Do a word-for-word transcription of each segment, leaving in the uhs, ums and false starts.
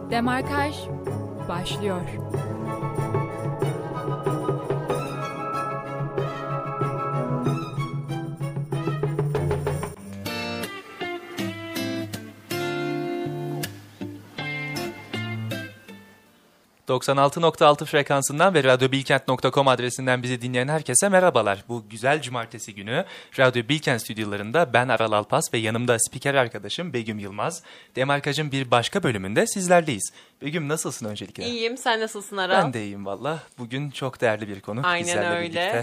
Demarkaj başlıyor. doksan altı nokta altı frekansından ve radyo bilkent nokta com adresinden bizi dinleyen herkese merhabalar. Bu güzel cumartesi günü Radyo Bilkent stüdyolarında ben Aral Alpas ve yanımda spiker arkadaşım Begüm Yılmaz. Demarkaj'ın bir başka bölümünde sizlerleyiz. Begüm, nasılsın öncelikle? İyiyim, sen nasılsın Aral? Ben de iyiyim valla. Bugün çok değerli bir konu. Aynen öyle. Birlikte.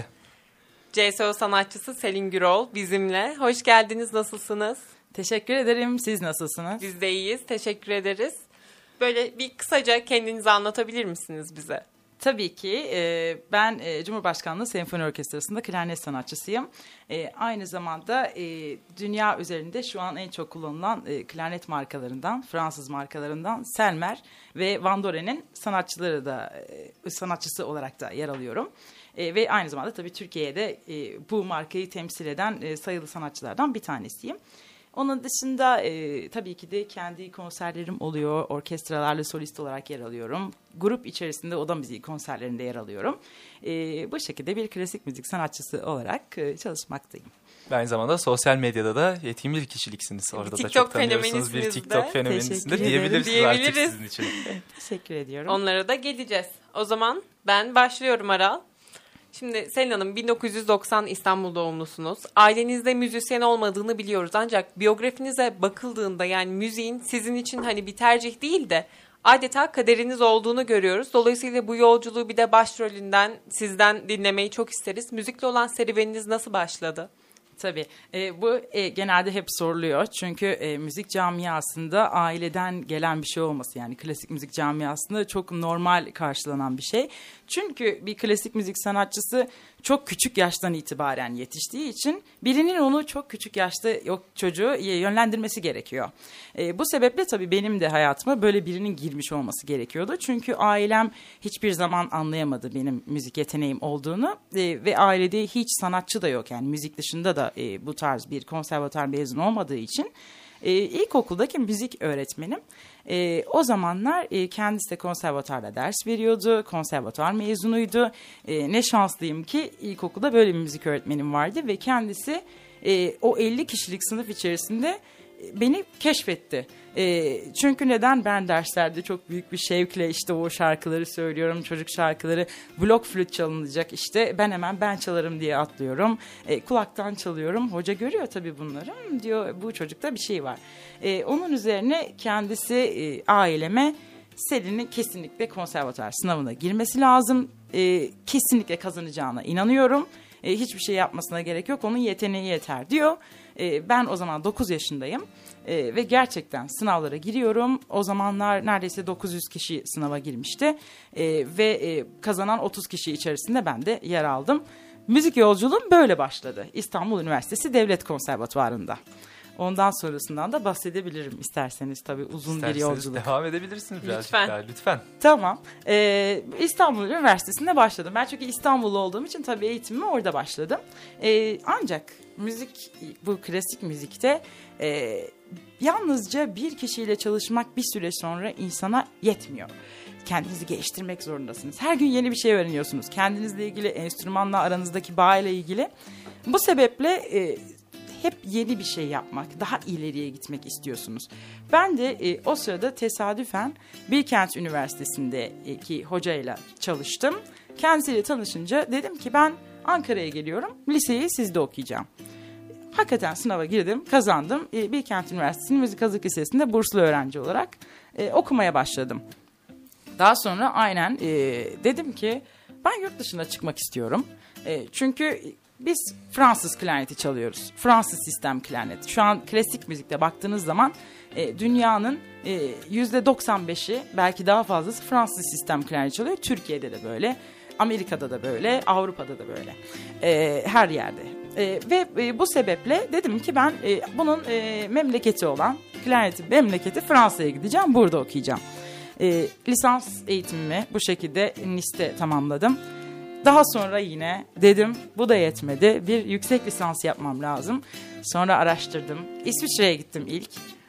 C S O sanatçısı Selin Gürol bizimle. Hoş geldiniz, nasılsınız? Teşekkür ederim. Siz nasılsınız? Biz de iyiyiz, teşekkür ederiz. Böyle bir kısaca kendinizi anlatabilir misiniz bize? Tabii ki. E, ben e, Cumhurbaşkanlığı Senfoni Orkestrası'nda klarnet sanatçısıyım. E, aynı zamanda e, dünya üzerinde şu an en çok kullanılan e, klarnet markalarından, Fransız markalarından Selmer ve Van Doren'in sanatçıları da e, sanatçısı olarak da yer alıyorum. E, ve aynı zamanda tabii Türkiye'de e, bu markayı temsil eden e, sayılı sanatçılardan bir tanesiyim. Onun dışında e, tabii ki de kendi konserlerim oluyor. Orkestralarla solist olarak yer alıyorum. Grup içerisinde oda müziği konserlerinde yer alıyorum. E, bu şekilde bir klasik müzik sanatçısı olarak e, çalışmaktayım. Aynı zamanda sosyal medyada da yetkin bir kişiliksiniz. Orada TikTok da çok tanıyorsunuz. Bir TikTok de. fenomenisiniz de diyebiliriz, diyebiliriz artık sizin için. Teşekkür ediyorum. Onlara da geleceğiz. O zaman ben başlıyorum Aral. Şimdi Selin Hanım, bin dokuz yüz doksan İstanbul doğumlusunuz. Ailenizde müzisyen olmadığını biliyoruz, ancak biyografinize bakıldığında yani müziğin sizin için hani bir tercih değil de adeta kaderiniz olduğunu görüyoruz. Dolayısıyla bu yolculuğu bir de başrolünden sizden dinlemeyi çok isteriz. Müzikle olan serüveniniz nasıl başladı? Tabii. E, bu e, genelde hep soruluyor. Çünkü e, müzik camiasında aileden gelen bir şey olması, yani klasik müzik camiasında çok normal karşılanan bir şey. Çünkü bir klasik müzik sanatçısı çok küçük yaştan itibaren yetiştiği için birinin onu çok küçük yaşta yok çocuğu yönlendirmesi gerekiyor. E, bu sebeple tabii benim de hayatıma böyle birinin girmiş olması gerekiyordu. Çünkü ailem hiçbir zaman anlayamadı benim müzik yeteneğim olduğunu e, ve ailede hiç sanatçı da yok, yani müzik dışında da e, bu tarz bir konservatuar mezunu olmadığı için. Ee, ilkokuldaki müzik öğretmenim e, o zamanlar e, kendisi de konservatuarda ders veriyordu. Konservatuar mezunuydu. E, ne şanslıyım ki ilkokulda böyle bir müzik öğretmenim vardı ve kendisi e, o elli kişilik sınıf içerisinde beni keşfetti. E, çünkü neden? Ben derslerde çok büyük bir şevkle işte o şarkıları söylüyorum, çocuk şarkıları, blok flüt çalınacak, işte ben hemen ben çalarım diye atlıyorum. E, kulaktan çalıyorum. Hoca görüyor tabii bunları. Diyor bu çocukta bir şey var. E, onun üzerine kendisi e, aileme Selin'in kesinlikle konservatuar sınavına girmesi lazım. E, kesinlikle kazanacağına inanıyorum. E, hiçbir şey yapmasına gerek yok. Onun yeteneği yeter diyor. E, ben o zaman dokuz yaşındayım. E, ve gerçekten sınavlara giriyorum. O zamanlar neredeyse dokuz yüz kişi sınava girmişti. E, ve e, kazanan otuz kişi içerisinde ben de yer aldım. Müzik yolculuğum böyle başladı. İstanbul Üniversitesi Devlet Konservatuvarı'nda. Ondan sonrasından da bahsedebilirim isterseniz, tabii uzun İsterseniz bir yolculuk. devam edebilirsiniz birazcık lütfen. daha lütfen. Tamam. Ee, İstanbul Üniversitesi'nde başladım. Ben çünkü İstanbullu olduğum için tabii eğitimimi orada başladım. Ee, ancak müzik, bu klasik müzikte e, yalnızca bir kişiyle çalışmak bir süre sonra insana yetmiyor. Kendinizi geliştirmek zorundasınız. Her gün yeni bir şey öğreniyorsunuz. Kendinizle ilgili, enstrümanla aranızdaki bağ ile ilgili. Bu sebeple E, hep yeni bir şey yapmak, daha ileriye gitmek istiyorsunuz. Ben de e, o sırada tesadüfen Bilkent Üniversitesi'ndeki hocayla çalıştım. Kendisiyle tanışınca dedim ki ben Ankara'ya geliyorum, liseyi sizde okuyacağım. Hakikaten sınava girdim, kazandım. E, Bilkent Üniversitesi'nin Müzik Hazırlık Lisesi'nde burslu öğrenci olarak e, okumaya başladım. Daha sonra aynen e, dedim ki ben yurt dışına çıkmak istiyorum. E, çünkü biz Fransız klarneti çalıyoruz. Fransız sistem klarneti. Şu an klasik müzikte baktığınız zaman e, dünyanın e, yüzde doksan beşi belki daha fazlası Fransız sistem klarneti çalıyor. Türkiye'de de böyle, Amerika'da da böyle, Avrupa'da da böyle. E, her yerde. E, ve e, bu sebeple dedim ki ben e, bunun e, memleketi olan, klarnetin memleketi Fransa'ya gideceğim. Burada okuyacağım. E, lisans eğitimimi bu şekilde Nice'te tamamladım. Daha sonra yine dedim bu da yetmedi. Bir yüksek lisans yapmam lazım. Sonra araştırdım. İsviçre'ye gittim ilk.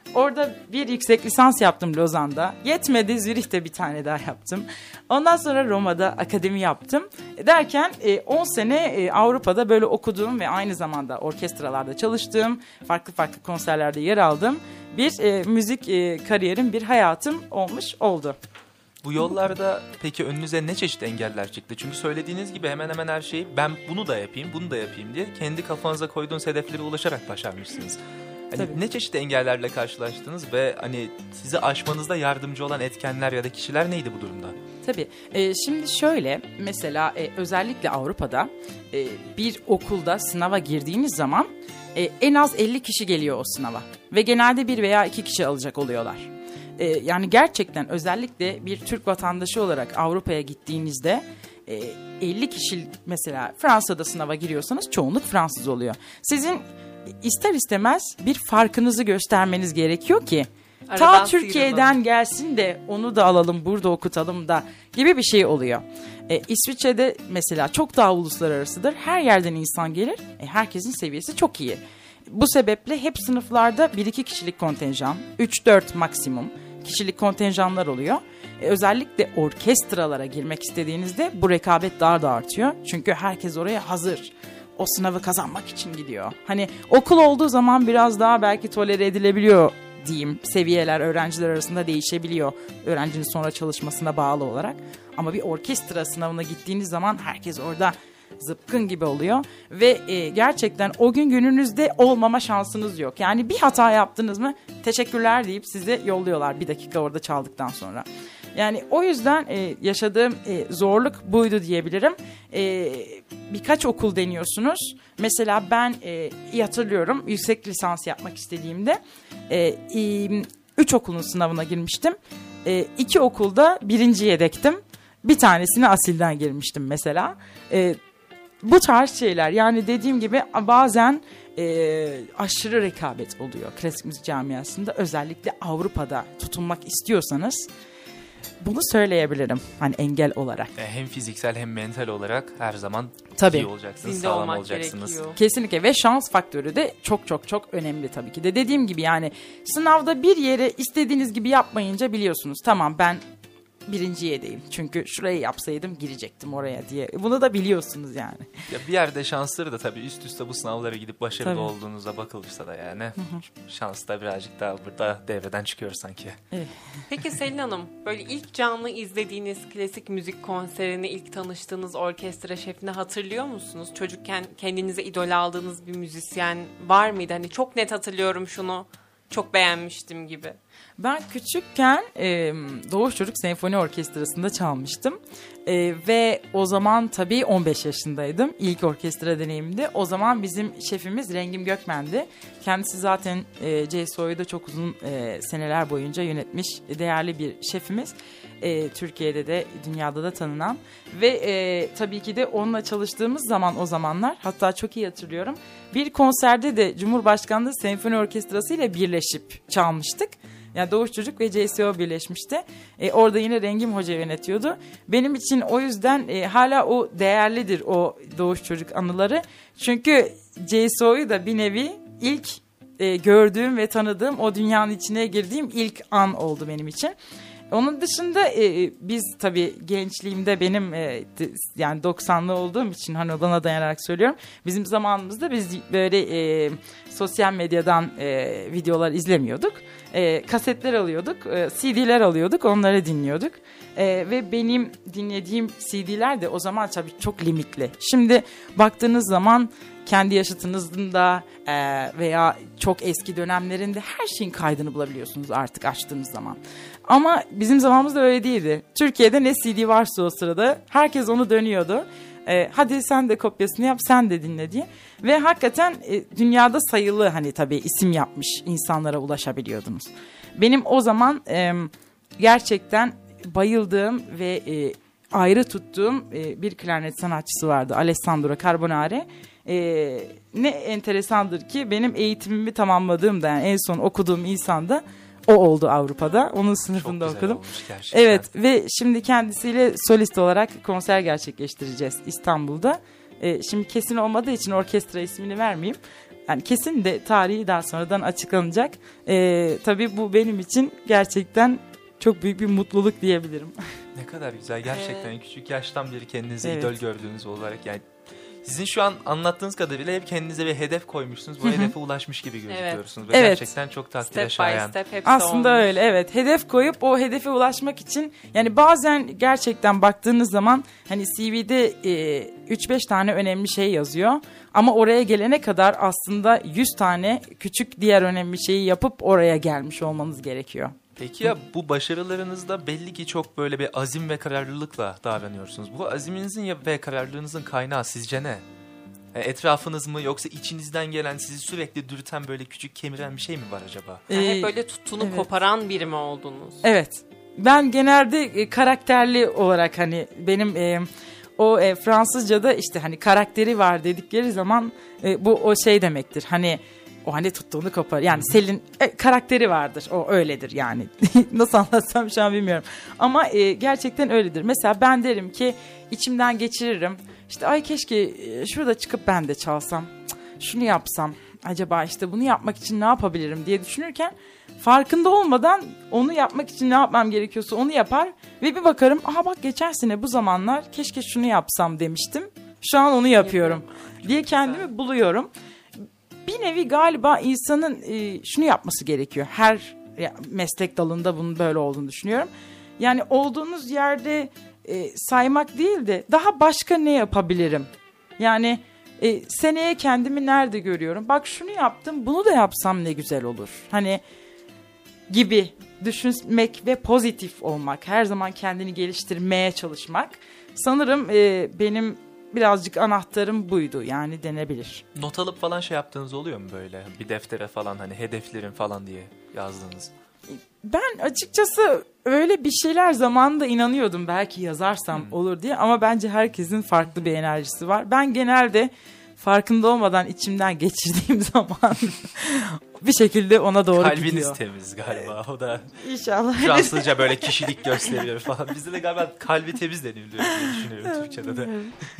orada bir yüksek lisans yaptım Lozan'da. Yetmedi, Zürih'te bir tane daha yaptım. Ondan sonra Roma'da akademi yaptım. Derken on sene Avrupa'da böyle okuduğum ve aynı zamanda orkestralarda çalıştığım, farklı farklı konserlerde yer aldığım bir e, müzik e, kariyerim, bir hayatım olmuş oldu. Bu yollarda peki önünüze ne çeşit engeller çıktı? Çünkü söylediğiniz gibi hemen hemen her şeyi ben bunu da yapayım, bunu da yapayım diye kendi kafanıza koyduğunuz hedeflere ulaşarak başarmışsınız. Hani ne çeşit engellerle karşılaştınız ve hani sizi aşmanızda yardımcı olan etkenler ya da kişiler neydi bu durumda? Tabii. E, şimdi şöyle, mesela e, özellikle Avrupa'da e, bir okulda sınava girdiğiniz zaman e, en az elli kişi geliyor o sınava. Ve genelde bir veya iki kişi alacak oluyorlar. E, yani gerçekten özellikle bir Türk vatandaşı olarak Avrupa'ya gittiğinizde e, elli kişi, mesela Fransa'da sınava giriyorsanız çoğunluk Fransız oluyor. Sizin ister istemez bir farkınızı göstermeniz gerekiyor ki Aradan ta Türkiye'den sıyrılalım. gelsin de onu da alalım, burada okutalım da gibi bir şey oluyor. E, İsviçre'de mesela çok daha uluslararasıdır. Her yerden insan gelir. E, herkesin seviyesi çok iyi. Bu sebeple hep sınıflarda bir iki kişilik kontenjan, üç dört maksimum kişilik kontenjanlar oluyor. E, özellikle orkestralara girmek istediğinizde bu rekabet daha da artıyor. Çünkü herkes oraya hazır. O sınavı kazanmak için gidiyor. Hani okul olduğu zaman biraz daha belki tolere edilebiliyor diyeyim. Seviyeler öğrenciler arasında değişebiliyor. Öğrencinin sonra çalışmasına bağlı olarak. Ama bir orkestra sınavına gittiğiniz zaman herkes orada zıpkın gibi oluyor. Ve e, gerçekten o gün gününüzde olmama şansınız yok. Yani bir hata yaptınız mı teşekkürler deyip size yolluyorlar bir dakika orada çaldıktan sonra. Yani o yüzden e, yaşadığım e, zorluk buydu diyebilirim. E, birkaç okul deniyorsunuz. Mesela ben e, iyi hatırlıyorum, yüksek lisans yapmak istediğimde e, üç okulun sınavına girmiştim. E, iki okulda birinci yedektim. Bir tanesine asilden girmiştim mesela. E, bu tarz şeyler, yani dediğim gibi bazen e, aşırı rekabet oluyor klasik müzik camiasında. Özellikle Avrupa'da tutunmak istiyorsanız bunu söyleyebilirim hani engel olarak. Hem fiziksel hem mental olarak her zaman tabii iyi olacaksınız, Zinde sağlam olmak olacaksınız. gerekiyor. Kesinlikle, ve şans faktörü de çok çok çok önemli tabii ki de. Dediğim gibi yani sınavda bir yere istediğiniz gibi yapmayınca biliyorsunuz, tamam ben birinciyedeyim çünkü şurayı yapsaydım girecektim oraya diye. Bunu da biliyorsunuz yani. Ya bir yerde şansları da tabii üst üste bu sınavlara gidip başarılı Tabii. olduğunuzda bakılırsa da yani şans da birazcık daha burada devreden çıkıyor sanki. Evet. Peki Selin Hanım, böyle ilk canlı izlediğiniz klasik müzik konserini, ilk tanıştığınız orkestra şefini hatırlıyor musunuz? Çocukken kendinize idol aldığınız bir müzisyen var mıydı? Hani çok net hatırlıyorum şunu, çok beğenmiştim gibi. Ben küçükken e, Doğuş Çocuk Senfoni Orkestrası'nda çalmıştım. E, ve o zaman tabii on beş yaşındaydım. İlk orkestra deneyimdi. O zaman bizim şefimiz Rengim Gökmen'di. Kendisi zaten e, C S O'yu da çok uzun e, seneler boyunca yönetmiş değerli bir şefimiz. E, Türkiye'de de dünyada da tanınan. Ve e, tabii ki de onunla çalıştığımız zaman o zamanlar, hatta çok iyi hatırlıyorum, bir konserde de Cumhurbaşkanlığı Senfoni Orkestrası ile birleşip çalmıştık. Yani Doğuş Çocuk ve C S O birleşmişti. E, orada yine Rengim Hoca yönetiyordu. Benim için o yüzden e, hala o değerlidir, o Doğuş Çocuk anıları. Çünkü C S O'yu da bir nevi ilk e, gördüğüm ve tanıdığım, o dünyanın içine girdiğim ilk an oldu benim için. Onun dışında e, biz tabii gençliğimde benim e, de, yani doksanlı olduğum için hani bana dayanarak söylüyorum. Bizim zamanımızda biz böyle e, sosyal medyadan e, videolar izlemiyorduk. E, kasetler alıyorduk, e, C D'ler alıyorduk, onları dinliyorduk. E, ve benim dinlediğim C D'ler de o zaman tabii çok limitli. Şimdi baktığınız zaman kendi yaşıtınızda e, veya çok eski dönemlerinde her şeyin kaydını bulabiliyorsunuz artık açtığınız zaman. Ama bizim zamanımızda öyle değildi. Türkiye'de ne C D varsa o sırada herkes onu dönüyordu. E, hadi sen de kopyasını yap, sen de dinle diye. Ve hakikaten e, dünyada sayılı hani tabii isim yapmış insanlara ulaşabiliyordunuz. Benim o zaman e, gerçekten bayıldığım ve e, ayrı tuttuğum e, bir klarnet sanatçısı vardı, Alessandro Carbonare. E, ne enteresandır ki benim eğitimimi tamamladığımda, yani en son okuduğum insan da o oldu Avrupa'da. Onun sınıfında Çok güzel okudum. olmuş gerçekten. Evet, ve şimdi kendisiyle solist olarak konser gerçekleştireceğiz İstanbul'da. E, şimdi kesin olmadığı için orkestra ismini vermeyeyim. Yani kesin de tarihi daha sonradan açıklanacak. E, tabii bu benim için gerçekten çok büyük bir mutluluk diyebilirim. Ne kadar güzel gerçekten Evet. küçük yaştan beri kendinizi Evet. idol gördüğünüz olarak yani sizin şu an anlattığınız kadarıyla hep kendinize bir hedef koymuşsunuz. Bu hedefe ulaşmış gibi gözüküyorsunuz. Ve Evet. gerçekten çok takdire Step by şayan. step hepsi Aslında olmuş. öyle, evet. Hedef koyup o hedefe ulaşmak için yani bazen gerçekten baktığınız zaman hani C V'de e, üç beş tane önemli şey yazıyor. Ama oraya gelene kadar aslında yüz tane küçük diğer önemli şeyi yapıp oraya gelmiş olmanız gerekiyor. Peki ya bu başarılarınızda belli ki çok böyle bir azim ve kararlılıkla davranıyorsunuz. Bu aziminizin ya- ve kararlılığınızın kaynağı sizce ne? E, Etrafınız mı yoksa içinizden gelen sizi sürekli dürten böyle küçük kemiren bir şey mi var acaba? Yani Ee, hep böyle tutunu evet. koparan biri mi oldunuz? Evet. Ben genelde e, karakterli olarak hani benim e, o e, Fransızca'da işte hani karakteri var dedikleri zaman e, bu o şey demektir. Hani o hani tuttuğunu kopar. Yani Selin e, karakteri vardır. O öyledir yani. Nasıl anlatsam şu an bilmiyorum. Ama e, gerçekten öyledir. Mesela ben derim ki içimden geçiririm. İşte ay keşke e, şurada çıkıp ben de çalsam. Cık, şunu yapsam. Acaba işte bunu yapmak için ne yapabilirim diye düşünürken farkında olmadan onu yapmak için ne yapmam gerekiyorsa onu yapar ve bir bakarım aha bak geçen sene bu zamanlar keşke şunu yapsam demiştim. Şu an onu yapıyorum diye kendimi buluyorum. Bir nevi galiba insanın e, şunu yapması gerekiyor. Her ya, meslek dalında bunun böyle olduğunu düşünüyorum. Yani olduğunuz yerde e, saymak değil de daha başka ne yapabilirim? Yani e, seneye kendimi nerede görüyorum? Bak şunu yaptım, bunu da yapsam ne güzel olur. Hani gibi düşünmek ve pozitif olmak, her zaman kendini geliştirmeye çalışmak. Sanırım e, benim birazcık anahtarım buydu yani denebilir. Not alıp falan şey yaptığınız oluyor mu böyle? Bir deftere falan hani hedeflerin falan diye yazdığınız. Ben açıkçası öyle bir şeyler zamanında inanıyordum belki yazarsam Hmm. olur diye ama bence herkesin farklı bir enerjisi var. Ben genelde farkında olmadan içimden geçirdiğim zaman bir şekilde ona doğru Kalbiniz gidiyor. temiz galiba o da İnşallah. Fransızca böyle kişilik gösteriyor falan. Bizde de galiba kalbi temiz deniliyor diye düşünüyorum Türkçe'de de.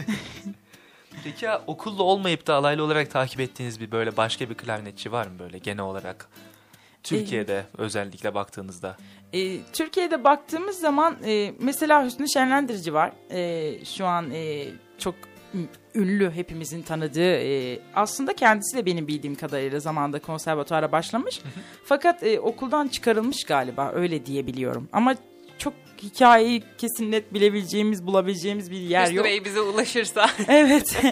Peki ya okulda olmayıp da alaylı olarak takip ettiğiniz bir böyle başka bir klarnetçi var mı böyle genel olarak? Türkiye'de özellikle baktığınızda. E, Türkiye'de baktığımız zaman e, mesela Hüsnü Şenlendirici var. E, şu an e, çok ünlü, hepimizin tanıdığı. E, aslında kendisi de benim bildiğim kadarıyla zamanında konservatuara başlamış. Hı hı. Fakat e, okuldan çıkarılmış galiba, öyle diyebiliyorum. Ama çok hikayeyi kesin net bilebileceğimiz, bulabileceğimiz bir yer Hüsnü yok. Bey bize ulaşırsa. Evet.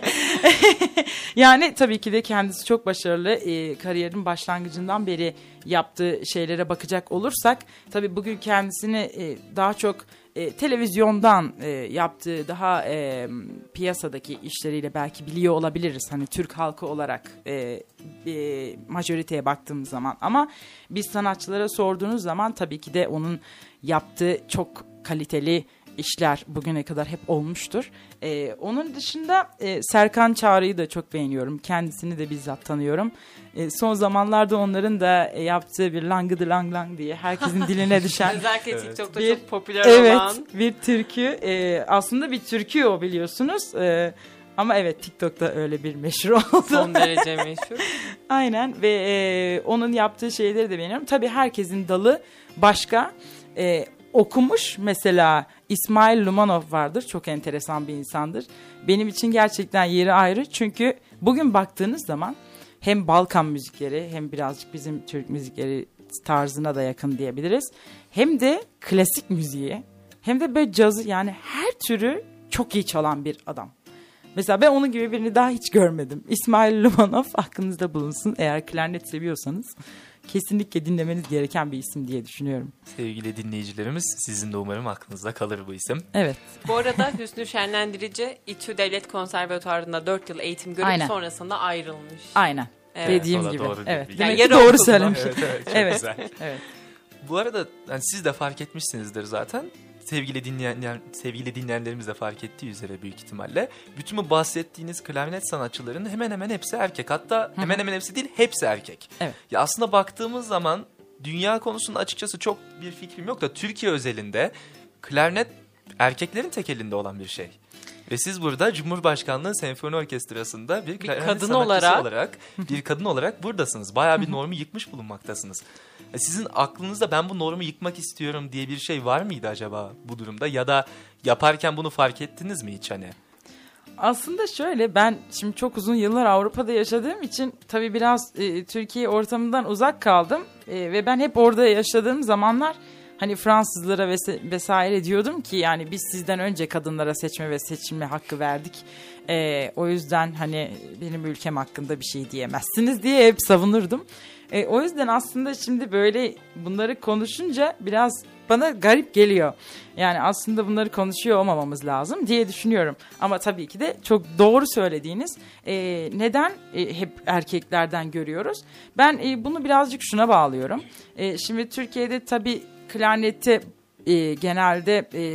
Yani tabii ki de kendisi çok başarılı. E, kariyerin başlangıcından beri yaptığı şeylere bakacak olursak, tabii bugün kendisini e, daha çok e, televizyondan e, yaptığı daha e, piyasadaki işleriyle belki biliyor olabiliriz. Hani Türk halkı olarak e, e, majoriteye baktığımız zaman. Ama biz sanatçılara sorduğunuz zaman tabii ki de onun yaptığı çok kaliteli işler bugüne kadar hep olmuştur. Ee, onun dışında e, Serkan Çağrı'yı da çok beğeniyorum. Kendisini de bizzat tanıyorum. E, son zamanlarda onların da e, yaptığı bir langıdı lang lang diye herkesin diline düşen Özellikle Evet. TikTok'ta Bir- çok popüler evet olan. bir türkü. E, aslında bir türkü o, biliyorsunuz. E, ama evet, TikTok'ta öyle bir meşhur oldu. Son derece meşhur. Aynen ve e, onun yaptığı şeyleri de beğeniyorum. Tabii herkesin dalı başka. E, okumuş mesela İsmail Lumanov vardır. Çok enteresan bir insandır. Benim için gerçekten yeri ayrı. Çünkü bugün baktığınız zaman hem Balkan müzikleri hem birazcık bizim Türk müzikleri tarzına da yakın diyebiliriz. Hem de klasik müziği hem de böyle cazı, yani her türü çok iyi çalan bir adam. Mesela ben onun gibi birini daha hiç görmedim. İsmail Lumanov aklınızda bulunsun. Eğer klarnet seviyorsanız kesinlikle dinlemeniz gereken bir isim diye düşünüyorum. Sevgili dinleyicilerimiz, sizin de umarım aklınızda kalır bu isim. Evet. Bu arada Hüsnü Şenlendirici İTÜ Devlet Konservatuarı'nda dört yıl eğitim görüp Aynen. sonrasında ayrılmış. Aynen. Evet. Dediğim O da gibi. doğru bir Evet. bilgi. Demek Yani ki yarı doğru okulda. söylemiş. Evet, evet, çok Evet. güzel. Evet. Bu arada yani siz de fark etmişsinizdir zaten. Sevgili dinleyen sevgili dinleyenlerimiz de fark ettiği üzere büyük ihtimalle bütün bu bahsettiğiniz klarnet sanatçılarının hemen hemen hepsi erkek. Hatta Hı. hemen hemen hepsi değil, hepsi erkek. Evet. Ya aslında baktığımız zaman dünya konusunda açıkçası çok bir fikrim yok da Türkiye özelinde klarnet erkeklerin tek elinde olan bir şey. Ve siz burada Cumhurbaşkanlığı Senfoni Orkestrası'nda bir, Bir klarnet kadın sanatçısı olarak. olarak, bir kadın olarak buradasınız. Bayağı bir normu yıkmış bulunmaktasınız. E, Sizin aklınızda ben bu normu yıkmak istiyorum diye bir şey var mıydı acaba bu durumda? Ya da yaparken bunu fark ettiniz mi hiç hani? Aslında şöyle, ben şimdi çok uzun yıllar Avrupa'da yaşadığım için tabii biraz e, Türkiye ortamından uzak kaldım. E, ve ben hep orada yaşadığım zamanlar hani Fransızlara ves- vesaire diyordum ki yani biz sizden önce kadınlara seçme ve seçilme hakkı verdik. E, o yüzden hani benim ülkem hakkında bir şey diyemezsiniz diye hep savunurdum. E, o yüzden aslında şimdi böyle bunları konuşunca biraz bana garip geliyor. Yani aslında bunları konuşuyor olmamamız lazım diye düşünüyorum. Ama tabii ki de çok doğru söylediğiniz. E, neden e, hep erkeklerden görüyoruz? Ben e, bunu birazcık şuna bağlıyorum. E, şimdi Türkiye'de tabii klarneti e, genelde e,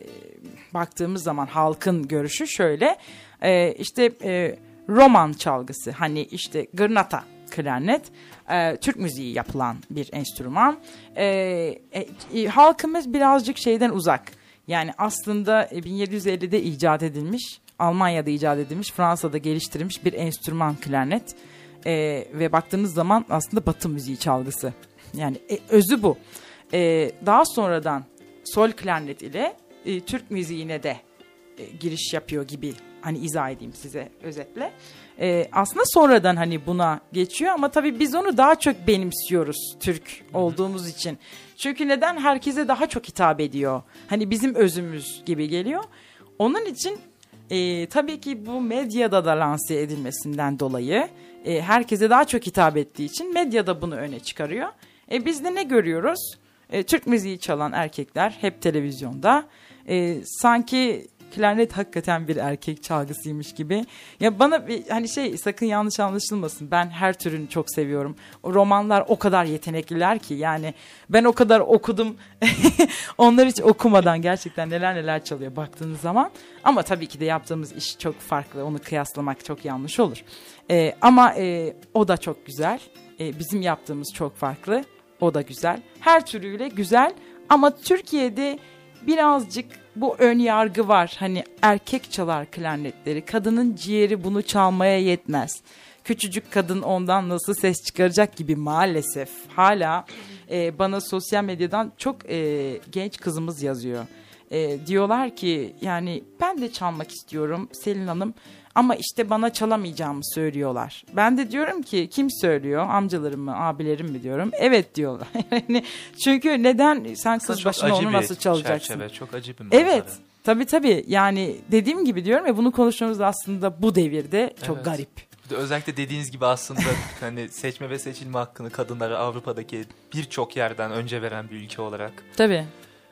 baktığımız zaman halkın görüşü şöyle. E, işte e, roman çalgısı, hani işte gırnata klarnet, e, Türk müziği yapılan bir enstrüman. E, e, e, halkımız birazcık şeyden uzak. Yani aslında bin yedi yüz ellide icat edilmiş, Almanya'da icat edilmiş, Fransa'da geliştirilmiş bir enstrüman klarnet. E, ve baktığınız zaman aslında Batı müziği çalgısı. Yani e, özü bu. E, daha sonradan sol klarnet ile e, Türk müziğine de e, giriş yapıyor gibi, hani izah edeyim size özetle. E, aslında sonradan hani buna geçiyor ama tabii biz onu daha çok benimsiyoruz Türk olduğumuz için. Çünkü neden? Herkese daha çok hitap ediyor. Hani bizim özümüz gibi geliyor. Onun için e, tabii ki bu medyada da lanse edilmesinden dolayı e, herkese daha çok hitap ettiği için medyada bunu öne çıkarıyor. E, biz de ne görüyoruz? E, Türk müziği çalan erkekler hep televizyonda. E, sanki klarnet hakikaten bir erkek çalgısıymış gibi. Ya bana bir, hani şey, sakın yanlış anlaşılmasın. Ben her türünü çok seviyorum. O romanlar o kadar yetenekliler ki, yani ben o kadar okudum. Onlar hiç okumadan gerçekten neler neler çalıyor baktığınız zaman. Ama tabii ki de yaptığımız iş çok farklı. Onu kıyaslamak çok yanlış olur. E, ama e, o da çok güzel. E, bizim yaptığımız çok farklı. O da güzel. Her türüyle güzel. Ama Türkiye'de birazcık bu ön yargı var. Hani erkek çalar klarnetleri, kadının ciğeri bunu çalmaya yetmez. Küçücük kadın ondan nasıl ses çıkaracak gibi maalesef. Hala e, bana sosyal medyadan çok e, genç kızımız yazıyor. E, diyorlar ki yani ben de çalmak istiyorum Selin Hanım. Ama işte bana çalamayacağımı söylüyorlar. Ben de diyorum ki kim söylüyor? Amcalarım mı, abilerim mi diyorum. Evet diyorlar. Yani çünkü neden sen kız başına onu nasıl çalacaksın? Çerçeve, çok acı bir manzara. Evet. Tabii tabii. Yani dediğim gibi diyorum ya, bunu konuşmamız aslında bu devirde çok Evet. garip. Bir de özellikle dediğiniz gibi aslında hani seçme ve seçilme hakkını kadınlara Avrupa'daki birçok yerden önce veren bir ülke olarak. Tabii.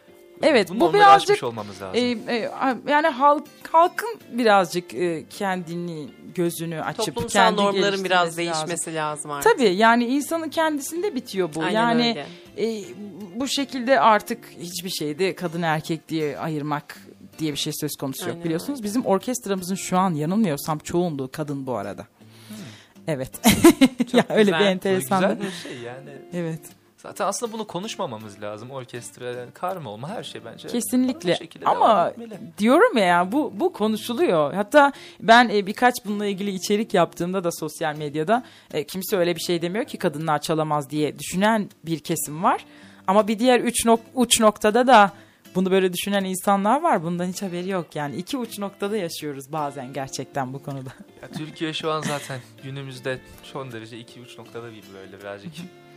Evet, Bunu bu onları birazcık aşmış olmamız lazım. e, e, yani halk halkın birazcık e, kendini, gözünü açıp Toplumsal kendi normların biraz geliştirmesi lazım. değişmesi lazım artık. Tabii, yani insanın kendisinde bitiyor bu. Aynen yani öyle. e, bu şekilde artık hiçbir şeyde kadın erkek diye ayırmak diye bir şey söz konusu yok, Aynen biliyorsunuz. öyle. Bizim orkestramızın şu an yanılmıyorsam çoğunluğu kadın bu arada. Hmm. Evet. Ya öyle güzel. bir Bu enteresan. güzel bir şey yani. Evet. Zaten aslında bunu konuşmamamız lazım. Orkestra, karma olma, her şey bence. Kesinlikle. Bu şekilde devam Ama etmeli. diyorum ya, ya bu bu konuşuluyor. Hatta ben e, birkaç bununla ilgili içerik yaptığımda da sosyal medyada e, kimse öyle bir şey demiyor ki kadınlar çalamaz diye düşünen bir kesim var. Ama bir diğer üç nok- uç noktada da bunu böyle düşünen insanlar var. Bundan hiç haberi yok yani. İki uç noktada yaşıyoruz bazen gerçekten bu konuda. Ya, Türkiye şu an zaten günümüzde son derece iki uç noktada bir böyle birazcık.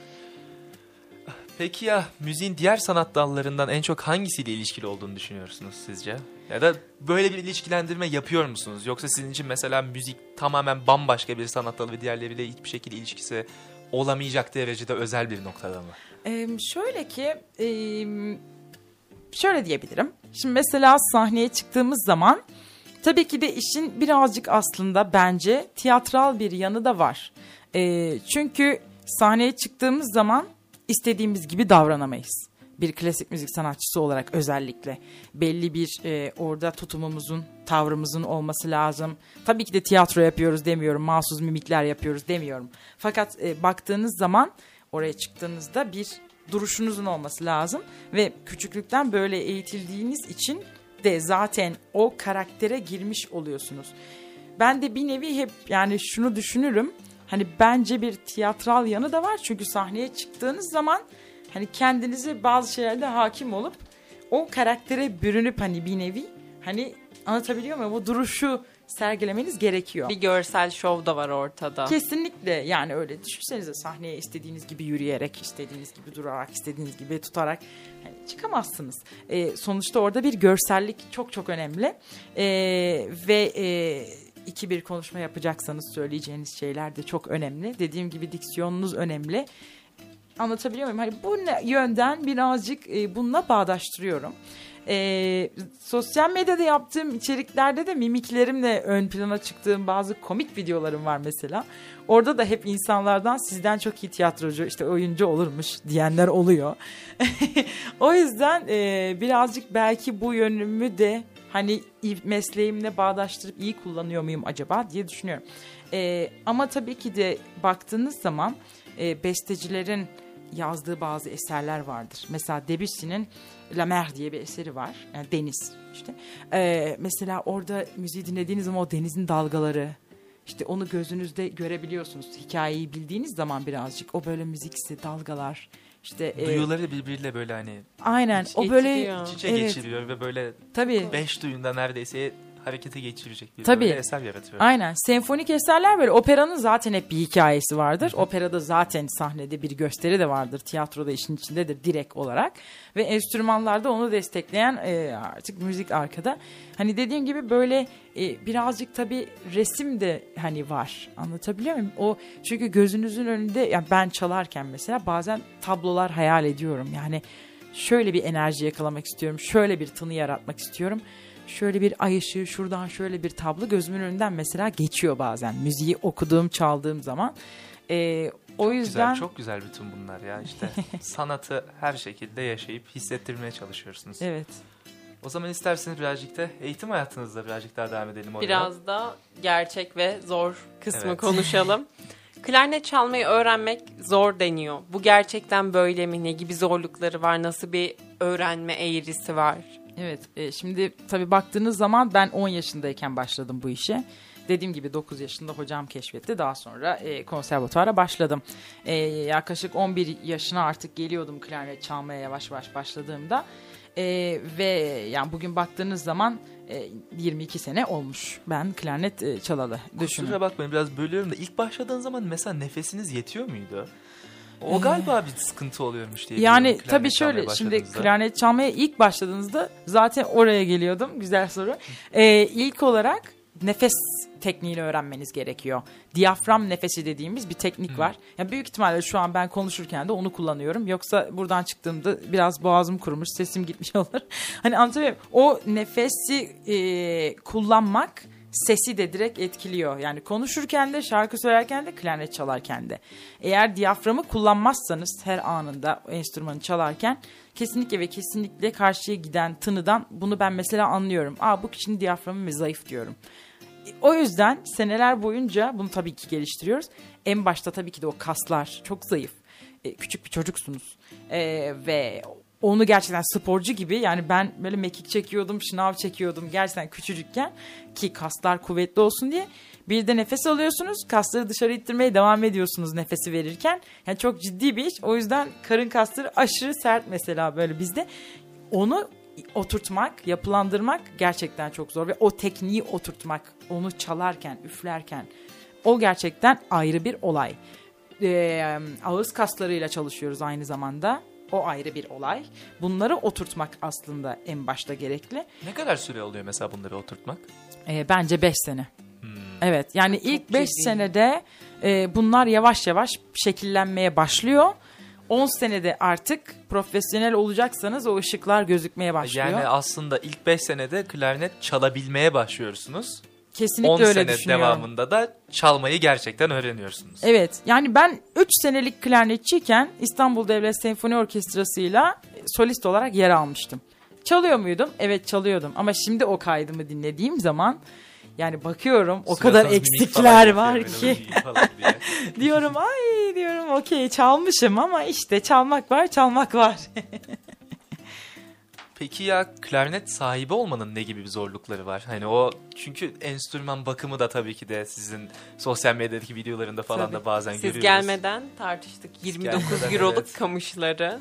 Peki ya müziğin diğer sanat dallarından en çok hangisiyle ilişkili olduğunu düşünüyorsunuz sizce? Ya da böyle bir ilişkilendirme yapıyor musunuz? Yoksa sizin için mesela müzik tamamen bambaşka bir sanat dalı ve diğerleriyle hiçbir şekilde ilişkisi olamayacak derecede özel bir noktada mı? Ee, şöyle ki, e, şöyle diyebilirim. Şimdi mesela sahneye çıktığımız zaman tabii ki de işin birazcık aslında bence tiyatral bir yanı da var. E, çünkü sahneye çıktığımız zaman istediğimiz gibi davranamayız. Bir klasik müzik sanatçısı olarak özellikle belli bir e, orada tutumumuzun, tavrımızın olması lazım. Tabii ki de tiyatro yapıyoruz demiyorum, mahsus mimikler yapıyoruz demiyorum. Fakat e, baktığınız zaman oraya çıktığınızda bir duruşunuzun olması lazım ve küçüklükten böyle eğitildiğiniz için de zaten o karaktere girmiş oluyorsunuz. Ben de bir nevi hep yani şunu düşünürüm. Hani bence bir tiyatral yanı da var. Çünkü sahneye çıktığınız zaman hani kendinizi bazı şeylerde hakim olup o karaktere bürünüp hani bir nevi hani anlatabiliyor muyum? O duruşu sergilemeniz gerekiyor. Bir görsel şov da var ortada. Kesinlikle yani öyle. Düşünsenize sahneye istediğiniz gibi yürüyerek, istediğiniz gibi durarak, istediğiniz gibi tutarak yani çıkamazsınız. Ee, sonuçta orada bir görsellik çok çok önemli. Ee, ve e, iki bir konuşma yapacaksanız söyleyeceğiniz şeyler de çok önemli. Dediğim gibi diksiyonunuz önemli. Anlatabiliyor muyum? Hani bu yönden birazcık e, bununla bağdaştırıyorum. E, sosyal medyada yaptığım içeriklerde de mimiklerimle ön plana çıktığım bazı komik videolarım var mesela. Orada da hep insanlardan sizden çok iyi tiyatrocu, işte oyuncu olurmuş diyenler oluyor. O yüzden e, birazcık belki bu yönümü de hani mesleğimle bağdaştırıp iyi kullanıyor muyum acaba diye düşünüyorum. E, ama tabii ki de baktığınız zaman e, bestecilerin yazdığı bazı eserler vardır. Mesela Debussy'nin La Mer diye bir eseri var. Yani deniz işte. Ee, mesela orada müziği dinlediğiniz zaman o denizin dalgaları, işte onu gözünüzde görebiliyorsunuz. Hikayeyi bildiğiniz zaman birazcık o böyle müziksi dalgalar. İşte duyuları e, birbiriyle böyle hani aynen iç, o böyle iç içe evet. geçiriyor ve böyle Tabii. beş duyunda neredeyse harekete geçirecek bir Tabii. böyle eser yaratıyor. Aynen. Senfonik eserler böyle. Operanın zaten hep bir hikayesi vardır. Operada zaten sahnede bir gösteri de vardır. Tiyatroda işin içindedir direkt olarak. Ve enstrümanlarda onu destekleyen e, artık müzik arkada. Hani dediğim gibi böyle e, birazcık tabii resim de hani var. Anlatabiliyor muyum? O çünkü gözünüzün önünde yani ben çalarken mesela bazen tablolar hayal ediyorum. Yani şöyle bir enerji yakalamak istiyorum. Şöyle bir tını yaratmak istiyorum. Şöyle bir ay ışığı, şuradan şöyle bir tablo gözümün önünden mesela geçiyor bazen. Müziği okuduğum, çaldığım zaman. Ee, o çok yüzden güzel, çok güzel bütün bunlar ya. İşte sanatı her şekilde yaşayıp hissettirmeye çalışıyorsunuz. Evet. O zaman isterseniz birazcık da eğitim hayatınızda birazcık daha devam edelim oraya. Biraz da gerçek ve zor kısmı Evet. konuşalım. Klarnet çalmayı öğrenmek zor deniyor. Bu gerçekten böyle mi? Ne gibi zorlukları var? Nasıl bir öğrenme eğrisi var? Evet, e, şimdi tabii baktığınız zaman ben on yaşındayken başladım bu işe. Dediğim gibi dokuz yaşında hocam keşfetti. Daha sonra e, konservatuara başladım. E, yaklaşık on bir yaşına artık geliyordum klarnet çalmaya yavaş yavaş başladığımda. E, ve yani bugün baktığınız zaman e, yirmi iki sene olmuş ben klarnet e, çalalı. Düşünün. Kusura bakmayın biraz bölüyorum da ilk başladığın zaman mesela nefesiniz yetiyor muydu? O galiba bir sıkıntı oluyormuş diye. Yani tabii şöyle şimdi klarnet çalmaya ilk başladığınızda zaten oraya geliyordum. Güzel soru. Ee, ilk olarak nefes tekniğini öğrenmeniz gerekiyor. Diyafram nefesi dediğimiz bir teknik hmm. var. Yani büyük ihtimalle şu an ben konuşurken de onu kullanıyorum. Yoksa buradan çıktığımda biraz boğazım kurumuş, sesim gitmiş olur. Hani anlatabiliyor muyum? O nefesi e, kullanmak sesi de direkt etkiliyor. Yani konuşurken de, şarkı söylerken de, klarnet çalarken de. Eğer diyaframı kullanmazsanız her anında o enstrümanı çalarken kesinlikle ve kesinlikle karşıya giden tınıdan bunu ben mesela anlıyorum. Aa bu kişinin diyaframı zayıf diyorum. O yüzden seneler boyunca bunu tabii ki geliştiriyoruz. En başta tabii ki de o kaslar çok zayıf. Ee, küçük bir çocuksunuz. Ee, ve onu gerçekten sporcu gibi yani ben böyle mekik çekiyordum, şınav çekiyordum gerçekten küçücükken ki kaslar kuvvetli olsun diye. Bir de nefes alıyorsunuz, kasları dışarı ittirmeye devam ediyorsunuz nefesi verirken. Yani çok ciddi bir iş. O yüzden karın kasları aşırı sert mesela böyle bizde. Onu oturtmak, yapılandırmak gerçekten çok zor ve o tekniği oturtmak, onu çalarken, üflerken o gerçekten ayrı bir olay. Ee, ağız kaslarıyla çalışıyoruz aynı zamanda. O ayrı bir olay. Bunları oturtmak aslında en başta gerekli. Ne kadar süre oluyor mesela bunları oturtmak? Ee, bence beş sene. Hmm. Evet yani Çok ilk beş ciddi. senede e, bunlar yavaş yavaş şekillenmeye başlıyor. on senede artık profesyonel olacaksanız o ışıklar gözükmeye başlıyor. Yani aslında ilk beş senede klarnet çalabilmeye başlıyorsunuz. Kesinlikle on öyle sene düşünüyorum. devamında da çalmayı gerçekten öğreniyorsunuz. Evet yani ben üç senelik klarnetçiyken İstanbul Devlet Senfoni Orkestrası'yla solist olarak yer almıştım. Çalıyor muydum? Evet çalıyordum ama şimdi o kaydımı dinlediğim zaman yani bakıyorum o kadar eksikler var ki diyorum ay diyorum okey çalmışım ama işte çalmak var çalmak var. Peki ya klarnet sahibi olmanın ne gibi bir zorlukları var? Hani o çünkü enstrüman bakımı da tabii ki de sizin sosyal medyadaki videolarında falan Tabii. da bazen Siz görüyoruz. gelmeden tartıştık yirmi dokuz gelmeden, euroluk evet. kamışları.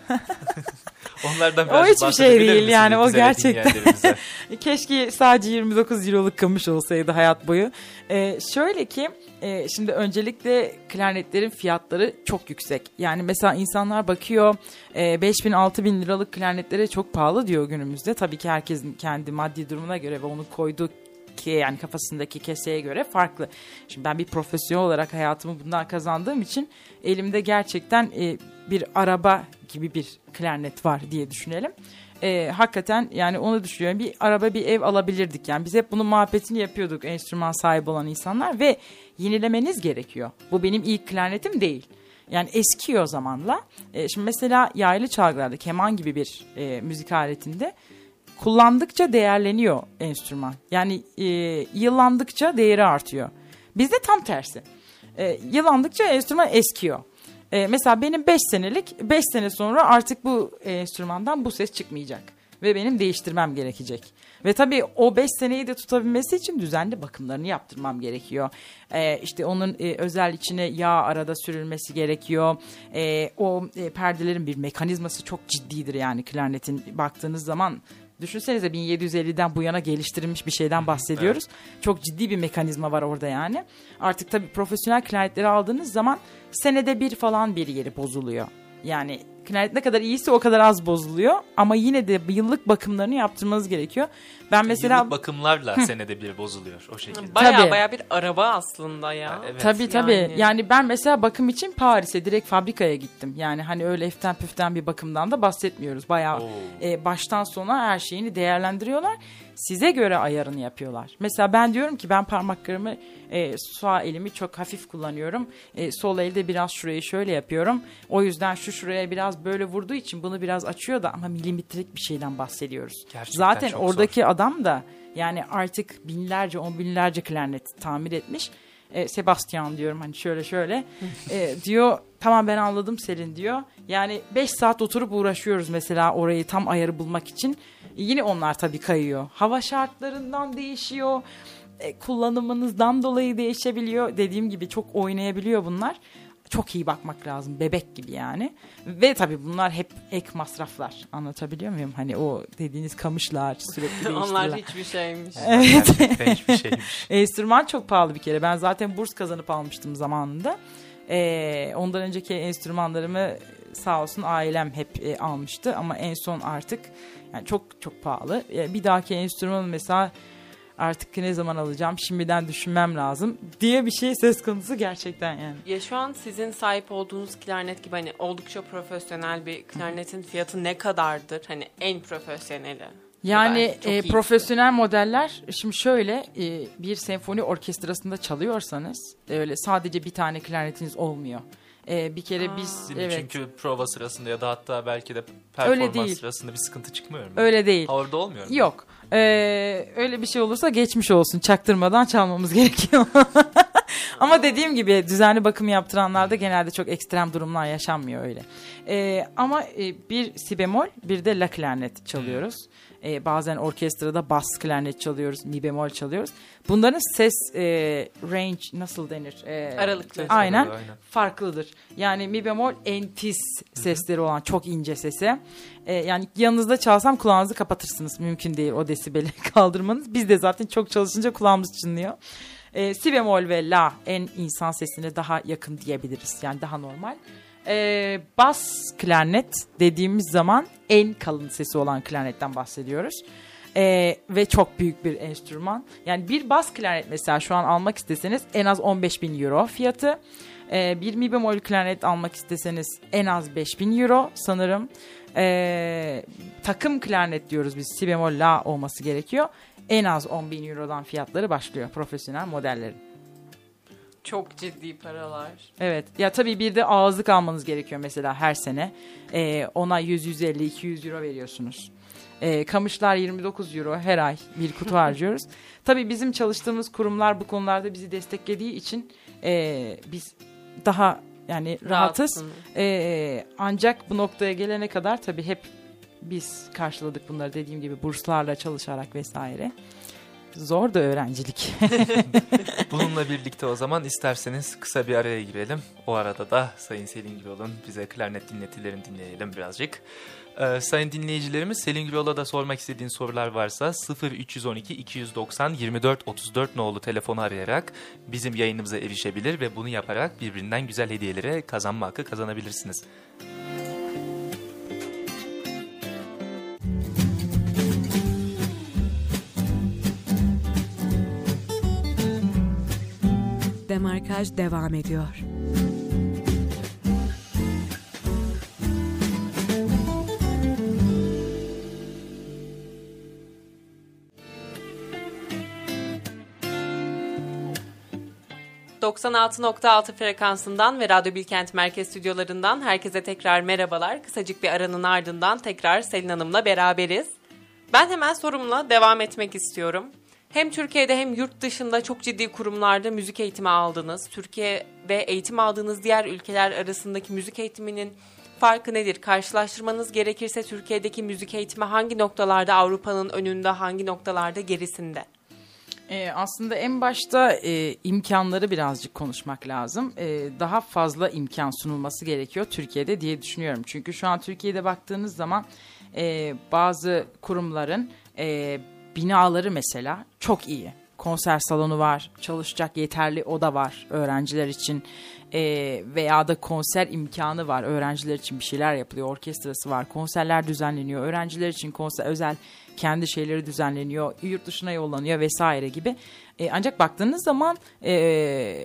Onlardan O biraz hiçbir şey bahsedebilir değil misiniz yani, o bize ve gerçekten. dinleyenlerimize? Keşke sadece yirmi dokuz euroluk kamış olsaydı hayat boyu. Ee, şöyle ki e, şimdi öncelikle klarnetlerin fiyatları çok yüksek. Yani mesela insanlar bakıyor e, beş bin altı bin liralık klarnetlere çok pahalı diyor günümüzde. Tabii ki herkesin kendi maddi durumuna göre ve onu koyduğu ki yani kafasındaki keseye göre farklı. Şimdi ben bir profesyonel olarak hayatımı bundan kazandığım için elimde gerçekten e, bir araba gibi bir klarnet var diye düşünelim. E, hakikaten yani onu düşünüyorum. Bir araba, bir ev alabilirdik. Yani biz hep bunun muhabbetini yapıyorduk enstrüman sahibi olan insanlar ve yenilemeniz gerekiyor. Bu benim ilk klarnetim değil. Yani eskiyor zamanla. E, şimdi mesela yaylı çalgılarda keman gibi bir e, müzik aletinde kullandıkça değerleniyor enstrüman. Yani e, yıllandıkça değeri artıyor. Bizde tam tersi. E, yıllandıkça enstrüman eskiyor. E, mesela benim beş senelik, beş sene sonra artık bu enstrümandan bu ses çıkmayacak. Ve benim değiştirmem gerekecek. Ve tabii o beş seneyi de tutabilmesi için düzenli bakımlarını yaptırmam gerekiyor. Ee, işte onun e, özel içine yağ arada sürülmesi gerekiyor. Ee, o e, perdelerin bir mekanizması çok ciddidir yani klarnetin baktığınız zaman. Düşünsenize bin yedi yüz elliden bu yana geliştirilmiş bir şeyden bahsediyoruz. Evet. Çok ciddi bir mekanizma var orada yani. Artık tabii profesyonel klarnetleri aldığınız zaman senede bir falan bir yeri bozuluyor. Yani klarnet ne kadar iyiyse o kadar az bozuluyor. Ama yine de yıllık bakımlarını yaptırmanız gerekiyor. Ben mesela Yıllık bakımlarla senede bir bozuluyor o şekilde. Baya Tabii. baya bir araba aslında ya. Ha, evet. Tabii tabii. Yani. Yani ben mesela bakım için Paris'e direkt fabrikaya gittim. Yani hani öyle eften püften bir bakımdan da bahsetmiyoruz. Bayağı Oo. e, baştan sona her şeyini değerlendiriyorlar. Size göre ayarını yapıyorlar. Mesela ben diyorum ki ben parmaklarımı e, sağ elimi çok hafif kullanıyorum. E, sol elde biraz şurayı şöyle yapıyorum. O yüzden şu şuraya biraz böyle vurduğu için bunu biraz açıyor da ama milimetrelik bir şeyden bahsediyoruz. Gerçekten Zaten çok oradaki zor. adam da yani artık binlerce on binlerce klarnet tamir etmiş. E, Sebastian diyorum hani şöyle şöyle e, diyor tamam ben anladım Selin diyor. Yani beş saat oturup uğraşıyoruz mesela orayı tam ayarı bulmak için. E, yine onlar tabii kayıyor. Hava şartlarından değişiyor. E, kullanımınızdan dolayı değişebiliyor. Dediğim gibi çok oynayabiliyor bunlar. Çok iyi bakmak lazım. Bebek gibi yani. Ve tabii bunlar hep ek masraflar. Anlatabiliyor muyum? Hani o dediğiniz kamışlar sürekli değiştirilen. Onlar hiçbir şeymiş. Evet. Gerçekten hiçbir şeymiş. Enstrüman çok pahalı bir kere. Ben zaten burs kazanıp almıştım zamanında. Ee, ondan önceki enstrümanlarımı sağ olsun ailem hep e, almıştı. Ama en son artık yani çok çok pahalı. Ee, bir dahaki enstrümanı mesela artık ne zaman alacağım şimdiden düşünmem lazım diye bir şey söz konusu gerçekten yani. Ya şu an sizin sahip olduğunuz klarnet gibi hani oldukça profesyonel bir klarnetin fiyatı ne kadardır? Hani en profesyoneli. Yani Ya da çok e, iyisi. profesyonel modeller şimdi şöyle e, bir senfoni orkestrasında çalıyorsanız e, öyle sadece bir tane klarnetiniz olmuyor. E, bir kere Aa. biz Değil mi? evet Çünkü prova sırasında ya da hatta belki de Öyle performans değil. sırasında bir sıkıntı çıkmıyor mu? öyle değil. Ha, orada olmuyor mu? Yok. Ee, öyle bir şey olursa geçmiş olsun. Çaktırmadan çalmamız gerekiyor. Ama dediğim gibi düzenli bakım yaptıranlarda genelde çok ekstrem durumlar yaşanmıyor öyle. Ee, ama e, bir si bemol bir de la klarnet çalıyoruz. Ee, bazen orkestrada bas klarnet çalıyoruz, mi bemol çalıyoruz. Bunların ses e, range nasıl denir? Ee, Aralıkları. Aynen. Aynen. Farklıdır. Yani mi bemol en tiz sesleri olan çok ince sesi. Ee, yani yanınızda çalsam kulağınızı kapatırsınız. Mümkün değil o desibeli kaldırmanız. Biz de zaten çok çalışınca kulağımız çınlıyor. Ee, si bemol ve la en insan sesine daha yakın diyebiliriz. Yani daha normal. Ee, bas klarnet dediğimiz zaman en kalın sesi olan klarnetten bahsediyoruz. Ee, ve çok büyük bir enstrüman. Yani bir bas klarnet mesela şu an almak isteseniz en az on beş bin euro fiyatı. Ee, bir mi bemol klarnet almak isteseniz en az beş bin euro sanırım. Ee, takım klarnet diyoruz biz, si bemol la olması gerekiyor. En az on bin eurodan fiyatları başlıyor profesyonel modellerin. Çok ciddi paralar. Evet. Ya tabii bir de ağızlık almanız gerekiyor mesela her sene. Ee, ona yüz yüz elli iki yüz euro veriyorsunuz. Ee, kamışlar yirmi dokuz euro her ay bir kutu harcıyoruz. Tabii bizim çalıştığımız kurumlar bu konularda bizi desteklediği için e, biz daha yani rahatız. Rahatsın. Ee, ancak bu noktaya gelene kadar tabii hep biz karşıladık bunları dediğim gibi burslarla çalışarak vesaire. Zor da öğrencilik. Bununla birlikte o zaman isterseniz kısa bir araya girelim. O arada da Sayın Selin Gürol'un bize klarnet dinletilerini dinleyelim birazcık. Ee, sayın dinleyicilerimiz, Selin Gürol'a da sormak istediğin sorular varsa sıfır üç on iki iki yüz doksan yirmi dört otuz dört nolu telefonu arayarak bizim yayınımıza erişebilir ve bunu yaparak birbirinden güzel hediyeleri kazanma hakkı kazanabilirsiniz. Demarkaj devam ediyor. doksan altı nokta altı frekansından ve Radyo Bilkent Merkez Stüdyolarından herkese tekrar merhabalar. Kısacık bir aranın ardından tekrar Selin Hanım'la beraberiz. Ben hemen sorumla devam etmek istiyorum. Hem Türkiye'de hem yurt dışında çok ciddi kurumlarda müzik eğitimi aldınız. Türkiye ve eğitim aldığınız diğer ülkeler arasındaki müzik eğitiminin farkı nedir? Karşılaştırmanız gerekirse Türkiye'deki müzik eğitimi hangi noktalarda Avrupa'nın önünde, hangi noktalarda gerisinde? Ee, aslında en başta e, imkanları birazcık konuşmak lazım. E, daha fazla imkan sunulması gerekiyor Türkiye'de diye düşünüyorum. Çünkü şu an Türkiye'de baktığınız zaman e, bazı kurumların e, binaları mesela çok iyi. Konser salonu var, çalışacak yeterli oda var öğrenciler için e, veya da konser imkanı var. Öğrenciler için bir şeyler yapılıyor, orkestrası var, konserler düzenleniyor. Öğrenciler için konser özel kendi şeyleri düzenleniyor, yurt dışına yollanıyor vesaire gibi. E, ancak baktığınız zaman e, e,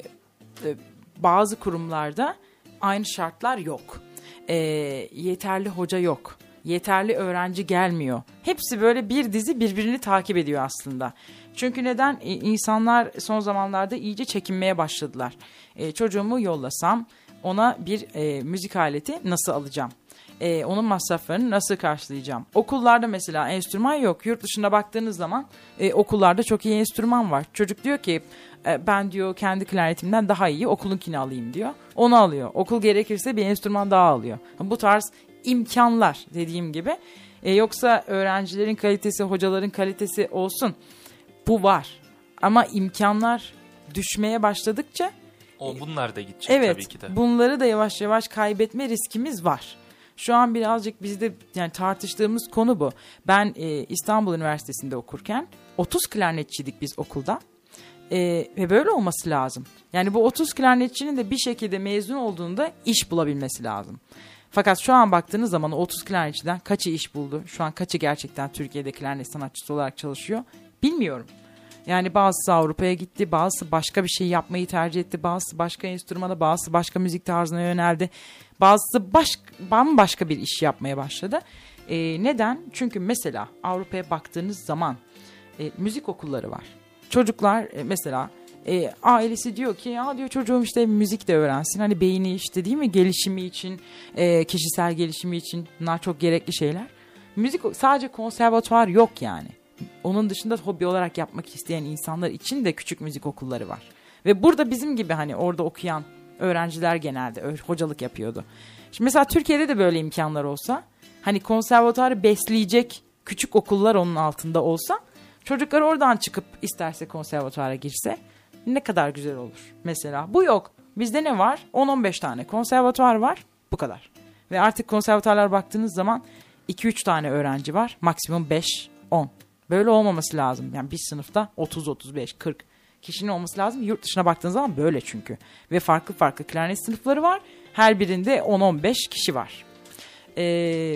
bazı kurumlarda aynı şartlar yok. E, yeterli hoca yok. Yeterli öğrenci gelmiyor. Hepsi böyle bir dizi birbirini takip ediyor aslında. Çünkü neden? E, insanlar son zamanlarda iyice çekinmeye başladılar. E, çocuğumu yollasam ona bir e, müzik aleti nasıl alacağım? E, onun masraflarını nasıl karşılayacağım? Okullarda mesela enstrüman yok. Yurt dışına baktığınız zaman e, okullarda çok iyi enstrüman var. Çocuk diyor ki e, ben diyor kendi klarnetimden daha iyi okulunkini alayım diyor. Onu alıyor. Okul gerekirse bir enstrüman daha alıyor. Bu tarz imkanlar dediğim gibi. E, yoksa öğrencilerin kalitesi, hocaların kalitesi olsun. Bu var. Ama imkanlar düşmeye başladıkça O bunlar da gidecek evet, tabii ki de. Bunları da yavaş yavaş kaybetme riskimiz var. Şu an birazcık bizde yani tartıştığımız konu bu. Ben e, İstanbul Üniversitesi'nde okurken otuz klarnetçiydik biz okulda. E, ve böyle olması lazım. Yani bu otuz klarnetçinin de bir şekilde mezun olduğunda iş bulabilmesi lazım. Fakat şu an baktığınız zaman otuz klarnetçiden kaçı iş buldu? Şu an kaçı gerçekten Türkiye'de klarnet sanatçısı olarak çalışıyor? Bilmiyorum. Yani bazısı Avrupa'ya gitti, bazısı başka bir şey yapmayı tercih etti, bazısı başka enstrümana, bazısı başka müzik tarzına yöneldi. Bazısı baş, bambaşka bir iş yapmaya başladı. E, neden? Çünkü mesela Avrupa'ya baktığınız zaman e, müzik okulları var. Çocuklar e, mesela e, ailesi diyor ki ya diyor çocuğum işte müzik de öğrensin. Hani beyni işte değil mi gelişimi için, e, kişisel gelişimi için bunlar çok gerekli şeyler. Müzik sadece konservatuvar yok yani. Onun dışında hobi olarak yapmak isteyen insanlar için de küçük müzik okulları var. Ve burada bizim gibi hani orada okuyan öğrenciler genelde hocalık yapıyordu. Şimdi mesela Türkiye'de de böyle imkanlar olsa, hani konservatuarı besleyecek küçük okullar onun altında olsa, çocuklar oradan çıkıp isterse konservatuara girse ne kadar güzel olur. Mesela bu yok. Bizde ne var? on on beş tane konservatuar var, bu kadar. Ve artık konservatuarlar baktığınız zaman iki üç tane öğrenci var, maksimum beş on. Böyle olmaması lazım. Yani bir sınıfta otuz otuz beş kırk kişinin olması lazım. Yurt dışına baktığınız zaman böyle çünkü. Ve farklı farklı klarnet sınıfları var. Her birinde on on beş kişi var. Ee,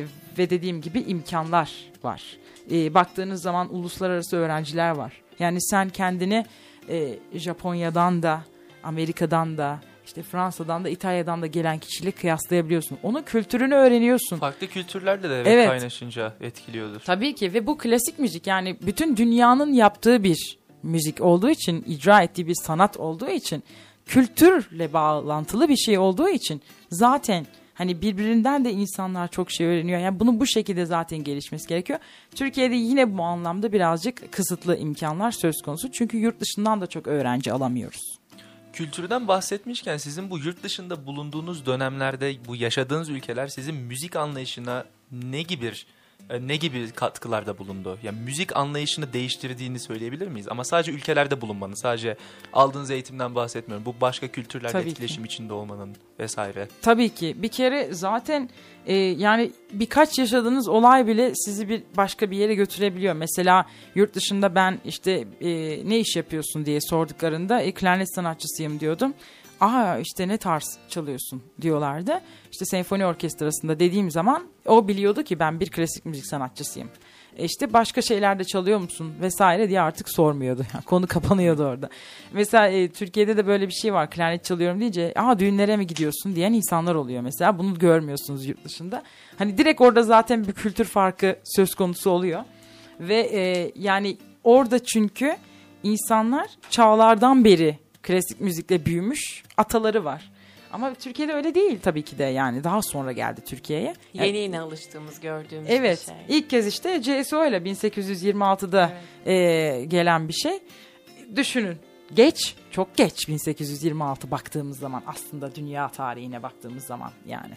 ve dediğim gibi imkanlar var. Ee, baktığınız zaman uluslararası öğrenciler var. Yani sen kendini e, Japonya'dan da, Amerika'dan da, işte Fransa'dan da, İtalya'dan da gelen kişiyle kıyaslayabiliyorsun. Onun kültürünü öğreniyorsun. Farklı kültürlerle de evet, evet. kaynaşınca etkiliyordur. Tabii ki ve bu klasik müzik yani bütün dünyanın yaptığı bir müzik olduğu için, icra ettiği bir sanat olduğu için, kültürle bağlantılı bir şey olduğu için zaten hani birbirinden de insanlar çok şey öğreniyor. Yani bunun bu şekilde zaten gelişmesi gerekiyor. Türkiye'de yine bu anlamda birazcık kısıtlı imkanlar söz konusu. Çünkü yurt dışından da çok öğrenci alamıyoruz. Kültürden bahsetmişken sizin bu yurt dışında bulunduğunuz dönemlerde bu yaşadığınız ülkeler sizin müzik anlayışına ne gibi ne gibi katkılarda bulundu? Yani müzik anlayışını değiştirdiğini söyleyebilir miyiz? Ama sadece ülkelerde bulunmanın, sadece aldığınız eğitimden bahsetmiyorum. Bu başka kültürlerle Tabii etkileşim ki. içinde olmanın vesaire. Tabii ki. Bir kere zaten e, yani birkaç yaşadığınız olay bile sizi bir başka bir yere götürebiliyor. Mesela yurt dışında ben işte e, ne iş yapıyorsun diye sorduklarında e, klarnet sanatçısıyım diyordum. Aa işte ne tarz çalıyorsun diyorlardı. İşte senfoni orkestrasında dediğim zaman o biliyordu ki ben bir klasik müzik sanatçısıyım. E işte başka şeylerde çalıyor musun vesaire diye artık sormuyordu. Yani konu kapanıyordu orada. Mesela e, Türkiye'de de böyle bir şey var. Klarnet çalıyorum deyince aa düğünlere mi gidiyorsun diyen insanlar oluyor mesela. Bunu görmüyorsunuz yurt dışında. Hani direkt orada zaten bir kültür farkı söz konusu oluyor. Ve e, yani orada çünkü insanlar çağlardan beri klasik müzikle büyümüş ataları var. Ama Türkiye'de öyle değil tabii ki de, yani daha sonra geldi Türkiye'ye. Yani, Yeni yeni alıştığımız, gördüğümüz evet, bir şey. ilk kez işte C S O ile bin sekiz yüz yirmi altıda Evet. e, gelen bir şey. Düşünün, geç, çok geç bin sekiz yüz yirmi altı baktığımız zaman, aslında dünya tarihine baktığımız zaman yani.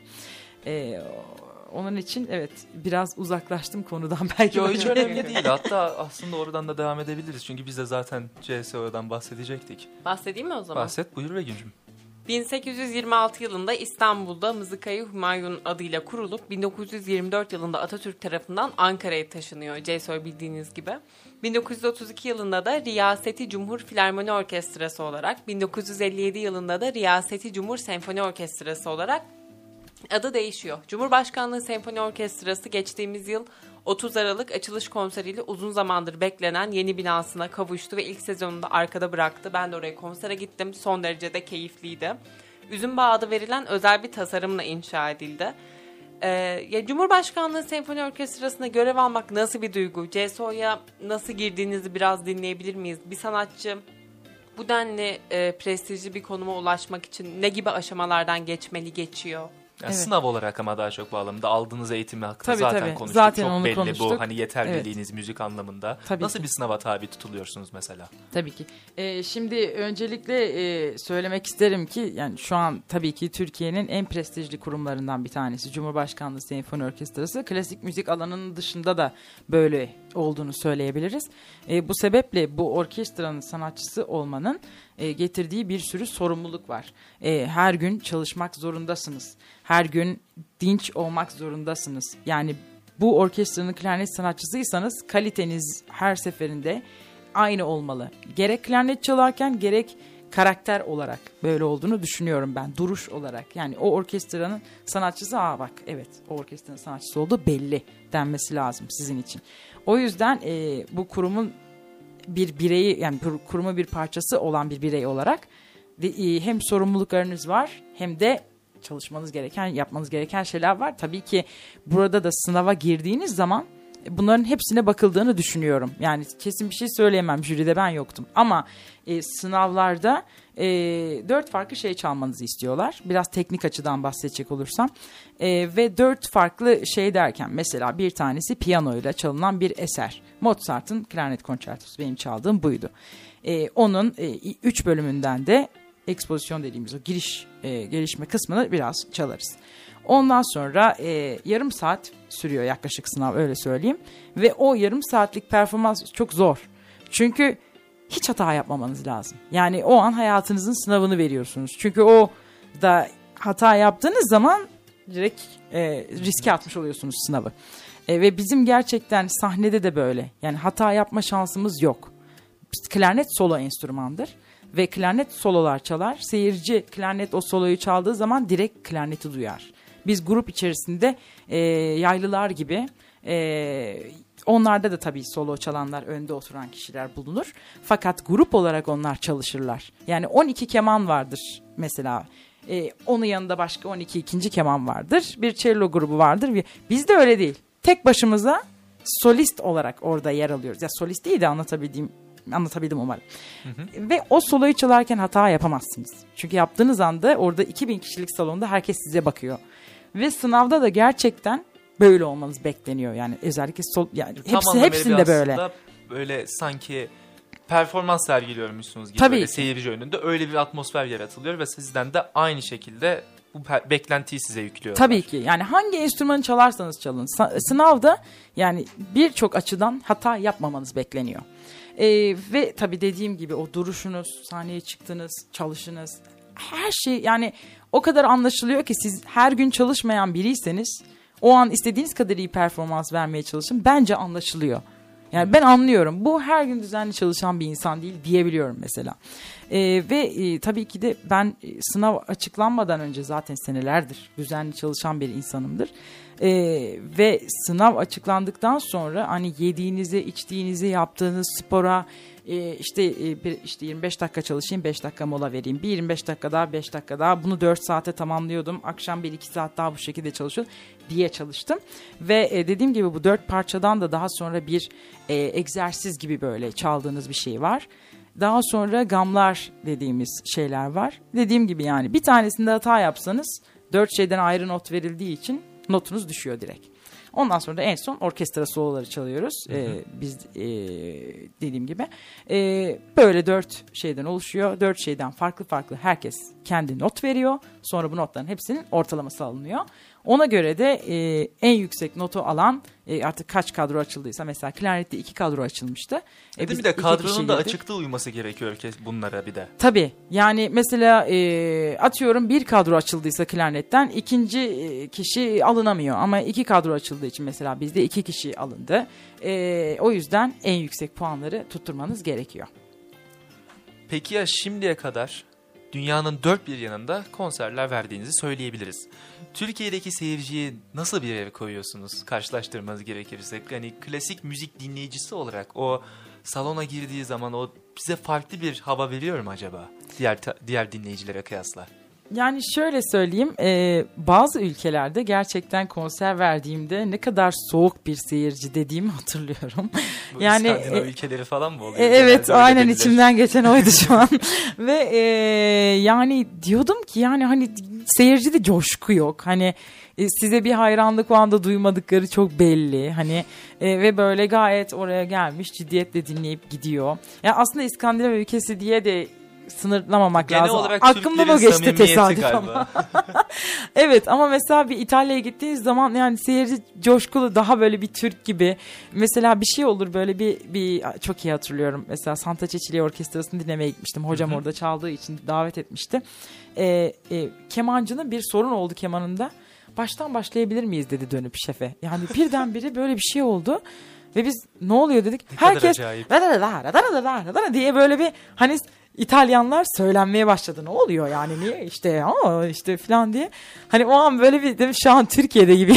E, onun için evet biraz uzaklaştım konudan belki. Yo, hiç önemli değil. Hatta aslında oradan da devam edebiliriz. Çünkü biz de zaten C S O'dan bahsedecektik. Bahsedeyim mi o zaman? Bahset, buyur Begüm'cüm. bin sekiz yüz yirmi altı yılında İstanbul'da Mızıkayı Hümayun adıyla kurulup bin dokuz yüz yirmi dört yılında Atatürk tarafından Ankara'ya taşınıyor. C S O bildiğiniz gibi. bin dokuz yüz otuz iki yılında da Riyaseti Cumhur Filarmoni Orkestrası olarak, bin dokuz yüz elli yedi yılında da Riyaseti Cumhur Senfoni Orkestrası olarak adı değişiyor. Cumhurbaşkanlığı Senfoni Orkestrası geçtiğimiz yıl otuz Aralık açılış konseriyle uzun zamandır beklenen yeni binasına kavuştu ve ilk sezonunda arkada bıraktı. Ben de oraya konsere gittim. Son derece de keyifliydi. Üzümbağ adı verilen özel bir tasarımla inşa edildi. Ee, ya Cumhurbaşkanlığı Senfoni Orkestrası'nda görev almak nasıl bir duygu? C S O'ya nasıl girdiğinizi biraz dinleyebilir miyiz? Bir sanatçı bu denli e, prestijli bir konuma ulaşmak için ne gibi aşamalardan geçmeli, geçiyor? Yani Evet. Sınav olarak ama daha çok bağlamında aldığınız eğitimi hakkında Tabii, zaten tabii. konuştuk. Zaten çok onu belli konuştuk. bu hani yeterliliğiniz müzik anlamında. Tabii Nasıl ki. bir sınava tabi tutuluyorsunuz mesela? Tabii ki. Ee, şimdi öncelikle e, söylemek isterim ki yani şu an tabii ki Türkiye'nin en prestijli kurumlarından bir tanesi Cumhurbaşkanlığı Senfoni Orkestrası. Klasik müzik alanının dışında da böyle olduğunu söyleyebiliriz. E, bu sebeple bu orkestranın sanatçısı olmanın e, getirdiği bir sürü sorumluluk var. E, her gün çalışmak zorundasınız. Her gün dinç olmak zorundasınız. Yani bu orkestranın klarnet sanatçısıysanız kaliteniz her seferinde aynı olmalı. Gerek klarnet çalarken gerek karakter olarak böyle olduğunu düşünüyorum ben. Duruş olarak. Yani o orkestranın sanatçısı, aa bak evet o orkestranın sanatçısı olduğu belli denmesi lazım sizin için. O yüzden e, bu kurumun bir bireyi, yani kurumun bir parçası olan bir birey olarak de, e, hem sorumluluklarınız var hem de çalışmanız gereken, yapmanız gereken şeyler var. Tabii ki burada da sınava girdiğiniz zaman bunların hepsine bakıldığını düşünüyorum. Yani kesin bir şey söyleyemem, jüride ben yoktum. Ama e, sınavlarda e, dört farklı şey çalmanızı istiyorlar. Biraz teknik açıdan bahsedecek olursam. E, ve dört farklı şey derken mesela bir tanesi piyanoyla çalınan bir eser. Mozart'ın Klarnet Konçertosu, benim çaldığım buydu. E, onun e, üç bölümünden de ekspozisyon dediğimiz o giriş e, gelişme kısmını biraz çalarız. Ondan sonra e, yarım saat sürüyor yaklaşık sınav, öyle söyleyeyim. Ve o yarım saatlik performans çok zor. Çünkü hiç hata yapmamanız lazım. Yani o an hayatınızın sınavını veriyorsunuz. Çünkü o da hata yaptığınız zaman direkt e, riske atmış oluyorsunuz sınavı. E, ve bizim gerçekten sahnede de böyle. Yani hata yapma şansımız yok. Klarnet solo enstrümandır. Ve klarnet sololar çalar. Seyirci klarnet o soloyu çaldığı zaman direkt klarneti duyar. Biz grup içerisinde e, yaylılar gibi, e, onlarda da tabii solo çalanlar, önde oturan kişiler bulunur. Fakat grup olarak onlar çalışırlar. Yani on iki keman vardır mesela. E, onun yanında başka on iki ikinci keman vardır. Bir cello grubu vardır. Bizde öyle değil. Tek başımıza solist olarak orada yer alıyoruz. Ya solist değil de anlatabildiğim Anlatabildim umarım. Hı hı. Ve o soloyu çalarken hata yapamazsınız. Çünkü yaptığınız anda orada iki bin kişilik salonda herkes size bakıyor. Ve sınavda da gerçekten böyle olmanız bekleniyor. Yani özellikle sol, yani hepsi hepsinde böyle. Böyle sanki performans sergiliyormuşsunuz gibi, tabii böyle ki. Seyirci önünde öyle bir atmosfer yaratılıyor ve sizden de aynı şekilde bu pe- beklentiyi size yüklüyorlar. Tabii ki. Yani hangi enstrümanı çalarsanız çalın. Sa- sınavda yani birçok açıdan hata yapmamanız bekleniyor. Ee, ve tabii dediğim gibi o duruşunuz, sahneye çıktığınız, çalışınız, her şey yani o kadar anlaşılıyor ki siz her gün çalışmayan biriyseniz o an istediğiniz kadar iyi performans vermeye çalışın. Bence anlaşılıyor. Yani ben anlıyorum. Bu her gün düzenli çalışan bir insan değil diyebiliyorum mesela. Ee, ve e, tabii ki de ben e, sınav açıklanmadan önce zaten senelerdir düzenli çalışan bir insanımdır. Ee, ve sınav açıklandıktan sonra hani yediğinizi, içtiğinizi, yaptığınız spora e, işte e, bir, işte yirmi beş dakika çalışayım, beş dakika mola vereyim. Bir yirmi beş dakika daha, beş dakika daha. Bunu dört saate tamamlıyordum. Akşam bir iki saat daha bu şekilde çalışıyordum diye çalıştım. Ve e, dediğim gibi bu dört parçadan da daha sonra bir e, egzersiz gibi böyle çaldığınız bir şey var. Daha sonra gamlar dediğimiz şeyler var. Dediğim gibi yani bir tanesinde hata yapsanız dört şeyden ayrı not verildiği için notunuz düşüyor direkt. Ondan sonra da en son orkestra soloları çalıyoruz. Hı hı. Ee, biz e, dediğim gibi e, böyle dört şeyden oluşuyor. Dört şeyden farklı farklı herkes kendi not veriyor. Sonra bu notların hepsinin ortalaması alınıyor. Ona göre de e, en yüksek notu alan e, artık kaç kadro açıldıysa mesela klarnette iki kadro açılmıştı. E bir de kadronun da açıkta uyması gerekiyor ki bunlara bir de. Tabii yani mesela e, atıyorum bir kadro açıldıysa klarnetten ikinci e, kişi alınamıyor. Ama iki kadro açıldığı için mesela bizde iki kişi alındı. E, o yüzden en yüksek puanları tutturmanız gerekiyor. Peki ya şimdiye kadar dünyanın dört bir yanında konserler verdiğinizi söyleyebiliriz. Türkiye'deki seyirciyi nasıl bir yere koyuyorsunuz karşılaştırmanız gerekirse? Hani klasik müzik dinleyicisi olarak o salona girdiği zaman o bize farklı bir hava veriyor mu acaba diğer diğer dinleyicilere kıyasla? Yani şöyle söyleyeyim, e, bazı ülkelerde gerçekten konser verdiğimde ne kadar soğuk bir seyirci dediğimi hatırlıyorum. Bu yani İskandinav e, ülkeleri falan mı oluyor? E, evet, aynen denilir. içimden geçen oydu şu an. Ve e, yani diyordum ki yani hani seyircide coşku yok. Hani e, size bir hayranlık o anda duymadıkları çok belli. Hani e, ve böyle gayet oraya gelmiş ciddiyetle dinleyip gidiyor. Yani aslında İskandinav ülkesi diye de sınırlamamak genel lazım. Olarak aklımdan o geçti tesadüf ama. Evet ama mesela bir İtalya'ya gittiğiniz zaman yani seyirci coşkulu daha böyle bir Türk gibi. Mesela bir şey olur böyle bir bir çok iyi hatırlıyorum. Mesela Santa Cecilia Orkestrası'nı dinlemeye gitmiştim. Hocam Hı-hı. orada çaldığı için davet etmişti. Ee, e, kemancının bir sorun oldu kemanında. Baştan başlayabilir miyiz dedi dönüp şefe. Yani birdenbire böyle bir şey oldu. Ve biz ne oluyor dedik. Ne Herkes diye böyle bir hani İtalyanlar söylenmeye başladı. Ne oluyor yani niye işte aa işte falan diye. Hani o an böyle bir dedim şu an Türkiye'de gibi.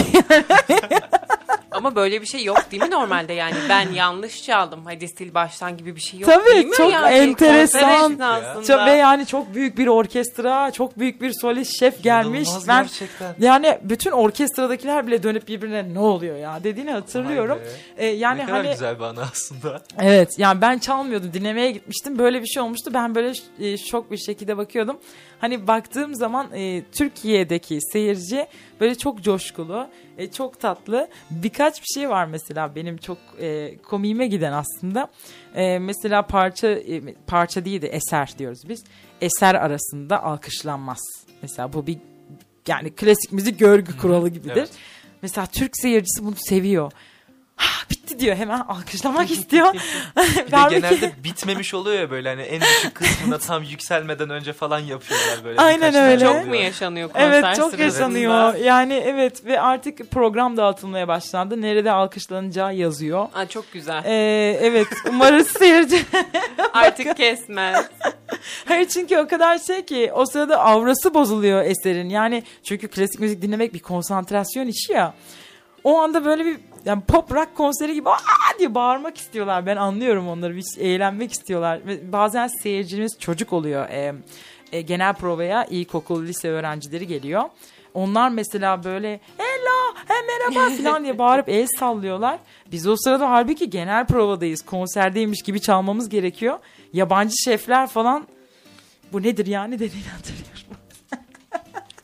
Ama böyle bir şey yok değil mi normalde yani ben yanlış çaldım hadi sil baştan gibi bir şey yok Tabii, değil mi? çok yani, enteresan. Çok, ve yani çok büyük bir orkestra, çok büyük bir solist şef gelmiş. İnanılmaz Ben gerçekten. yani bütün orkestradakiler bile dönüp birbirine ne oluyor ya dediğini hatırlıyorum. Ee, yani ne kadar hani güzel bir anı aslında. Evet yani ben çalmıyordum dinlemeye gitmiştim böyle bir şey olmuştu ben böyle e, şok bir şekilde bakıyordum. Hani baktığım zaman e, Türkiye'deki seyirci böyle çok coşkulu, e, çok tatlı. Birkaç bir şey var mesela benim çok e, komiğime giden aslında. E, mesela parça e, parça değil de eser diyoruz biz. Eser arasında alkışlanmaz. Mesela bu bir yani klasik müzik görgü kuralı gibidir. Evet. Mesela Türk seyircisi bunu seviyor. Ha, bitti diyor hemen alkışlamak istiyor. Bir de genelde bitmemiş oluyor ya böyle hani en düşük kısmına tam yükselmeden önce falan yapıyorlar böyle. Aynen öyle. Çok mu yaşanıyor konser Evet çok sırasında? yaşanıyor. Yani evet ve artık program dağıtılmaya başlandı. Nerede alkışlanacağı yazıyor. Aa, çok güzel. Ee, evet umarız seyirci artık kesmez. Hayır çünkü o kadar şey ki o sırada aurası bozuluyor eserin. Yani çünkü klasik müzik dinlemek bir konsantrasyon işi ya. O anda böyle bir yani pop rock konseri gibi aa diye bağırmak istiyorlar. Ben anlıyorum onları. Bir eğlenmek istiyorlar. Ve bazen seyircimiz çocuk oluyor. E, e, genel provaya ilkokul, lise öğrencileri geliyor. Onlar mesela böyle hello, he merhaba falan diye bağırıp el sallıyorlar. Biz o sırada halbuki genel provadayız. Konserdeymiş gibi çalmamız gerekiyor. Yabancı şefler falan bu nedir yani dediğini hatırlıyorum.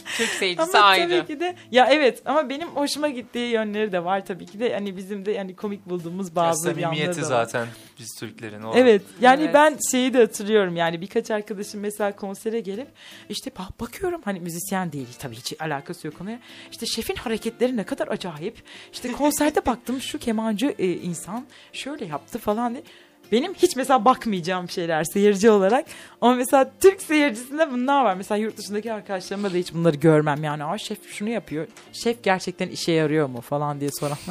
Türk seyircisi Ama ayrı. tabii ki de ya evet ama benim hoşuma gittiği yönleri de var tabii ki de hani bizim de hani komik bulduğumuz bazı yanları Samimiyeti da var. zaten biz Türklerin. O. Evet yani Evet. ben şeyi de hatırlıyorum yani birkaç arkadaşım mesela konsere gelip işte bak bakıyorum hani müzisyen değil tabii hiç alakası yok konuya. İşte şefin hareketleri ne kadar acayip. İşte konserde baktım şu kemancı e, insan şöyle yaptı falan diye. Benim hiç mesela bakmayacağım şeyler seyirci olarak. Ama mesela Türk seyircisinde bunlar var. Mesela yurt dışındaki arkadaşlarımda da hiç bunları görmem. Yani Aa, şef şunu yapıyor. Şef gerçekten işe yarıyor mu falan diye soran.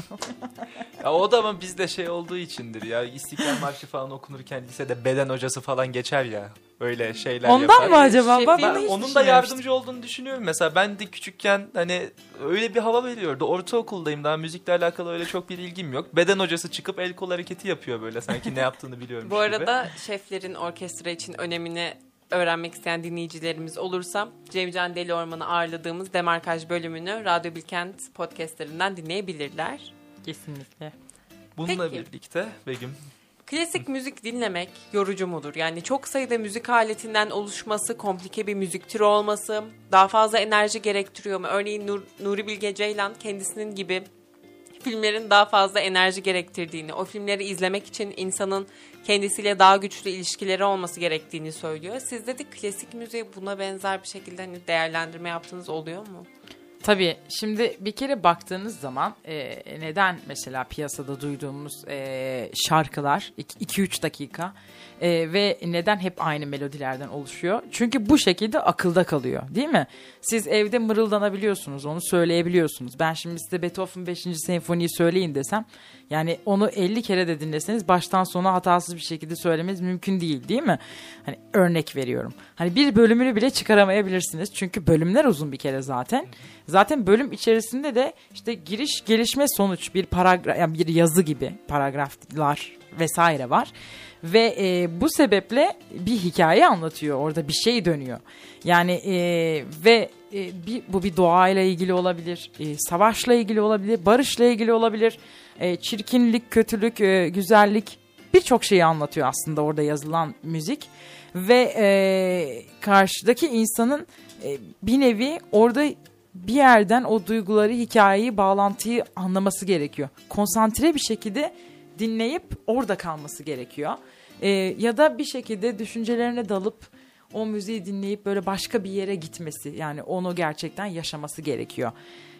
Ya o da ama bizde şey olduğu içindir ya. İstiklal Marşı falan okunurken lisede beden hocası falan geçer ya. Öyle şeyler Ondan yapar. mı acaba? Şefin- Ben, Ben ben hiç onun da düşünmemiştim. yardımcı olduğunu düşünüyorum. Mesela ben de küçükken hani öyle bir hava veriyordu. Ortaokuldayım, daha müzikle alakalı öyle çok bir ilgim yok. Beden hocası çıkıp el kol hareketi yapıyor böyle sanki ne yaptığını biliyormuş Bu gibi. arada şeflerin orkestra için önemini öğrenmek isteyen dinleyicilerimiz olursa Cemcan Deli Orman'ı ağırladığımız Demarkaj bölümünü Radyo Bilkent podcastlerinden dinleyebilirler. Kesinlikle. Bununla Peki. birlikte Begüm, Klasik müzik dinlemek yorucu mudur? Yani çok sayıda müzik aletinden oluşması, komplike bir müzik türü olması daha fazla enerji gerektiriyor mu? Örneğin Nur, Nuri Bilge Ceylan kendisinin gibi filmlerin daha fazla enerji gerektirdiğini, o filmleri izlemek için insanın kendisiyle daha güçlü ilişkileri olması gerektiğini söylüyor. Sizde de klasik müziğe buna benzer bir şekilde hani değerlendirme yaptığınız oluyor mu? Tabii şimdi bir kere baktığınız zaman e, neden mesela piyasada duyduğumuz e, şarkılar iki üç dakika e, ve neden hep aynı melodilerden oluşuyor? Çünkü bu şekilde akılda kalıyor değil mi? Siz evde mırıldanabiliyorsunuz, onu söyleyebiliyorsunuz. Ben şimdi size Beethoven beşinci senfoniyi söyleyin desem yani onu elli kere de dinleseniz baştan sona hatasız bir şekilde söylemeniz mümkün değil değil mi? Hani örnek veriyorum. Hani bir bölümünü bile çıkaramayabilirsiniz. Çünkü bölümler uzun bir kere zaten. Zaten bölüm içerisinde de işte giriş, gelişme, sonuç bir paragraf, yani bir yazı gibi paragraflar vesaire var. Ve e, bu sebeple bir hikaye anlatıyor. Orada bir şey dönüyor. Yani e, ve e, bir, bu bir doğayla ilgili olabilir, e, savaşla ilgili olabilir, barışla ilgili olabilir, e, çirkinlik, kötülük, e, güzellik birçok şeyi anlatıyor aslında orada yazılan müzik. Ve e, karşıdaki insanın e, bir nevi orada bir yerden o duyguları, hikayeyi, bağlantıyı anlaması gerekiyor. Konsantre bir şekilde dinleyip orada kalması gerekiyor. Ee, ya da bir şekilde düşüncelerine dalıp o müziği dinleyip böyle başka bir yere gitmesi, yani onu gerçekten yaşaması gerekiyor.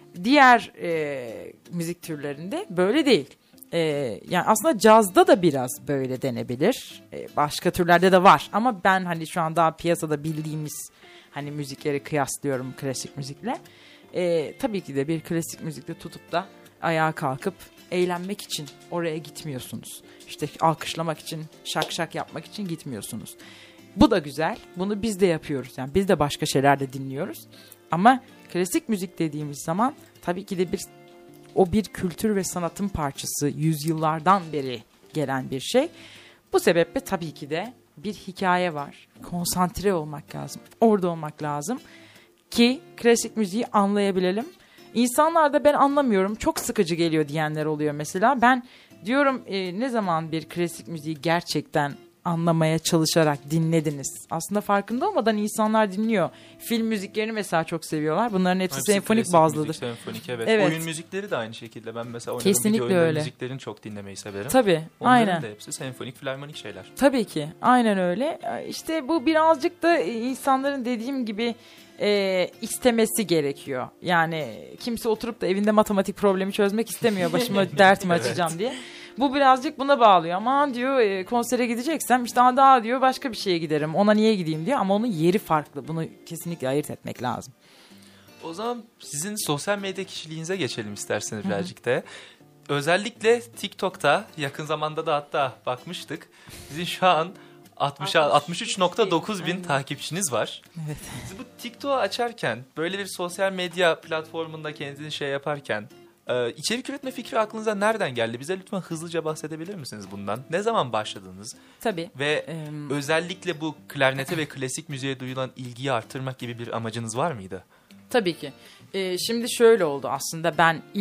Diğer e, müzik türlerinde böyle değil. E, yani aslında cazda da biraz böyle denebilir. E, başka türlerde de var ama ben hani şu an daha piyasada bildiğimiz hani müzikleri kıyaslıyorum klasik müzikle. E, tabii ki de bir klasik müzikte tutup da ayağa kalkıp eğlenmek için oraya gitmiyorsunuz. İşte alkışlamak için, şak şak yapmak için gitmiyorsunuz. Bu da güzel. Bunu biz de yapıyoruz. Yani biz de başka şeyler de dinliyoruz. Ama klasik müzik dediğimiz zaman tabii ki de bir o bir kültür ve sanatın parçası. Yüzyıllardan beri gelen bir şey. Bu sebeple tabii ki de bir hikaye var. Konsantre olmak lazım. Orada olmak lazım ki klasik müziği anlayabilelim. İnsanlar da ben anlamıyorum, çok sıkıcı geliyor diyenler oluyor mesela. Ben diyorum e, ne zaman bir klasik müziği gerçekten anlamaya çalışarak dinlediniz? Aslında farkında olmadan insanlar dinliyor. Film müziklerini mesela çok seviyorlar. Bunların hepsi, hepsi senfonik klasik bazlıdır. Müzik, senfonik evet. Evet. Oyun müzikleri de aynı şekilde. Ben mesela oynadığım Kesinlikle video oyunları öyle. müziklerini çok dinlemeyi severim. Tabii, Onların aynen. da hepsi senfonik, filarmonik şeyler. Tabii ki, aynen öyle. İşte bu birazcık da insanların dediğim gibi e, istemesi gerekiyor. Yani kimse oturup da evinde matematik problemi çözmek istemiyor. Başıma dert mi açacağım evet. diye. Bu birazcık buna bağlıyor. Aman diyor e, konsere gideceksem işte daha diyor başka bir şeye giderim. Ona niye gideyim diyor ama onun yeri farklı. Bunu kesinlikle ayırt etmek lazım. O zaman sizin sosyal medya kişiliğinize geçelim isterseniz birazcık da. Özellikle TikTok'ta yakın zamanda da hatta bakmıştık. Sizin şu an altmış üç nokta dokuz bin takipçiniz var. Evet. Siz bu TikTok'u açarken, böyle bir sosyal medya platformunda kendinizi şey yaparken, e, içerik üretme fikri aklınıza nereden geldi? Bize lütfen hızlıca bahsedebilir misiniz bundan? Ne zaman başladınız? Tabii. Ve Ee, özellikle bu klarnete ve klasik müziğe duyulan ilgiyi arttırmak gibi bir amacınız var mıydı? Tabii ki. Ee, şimdi şöyle oldu aslında ben ilk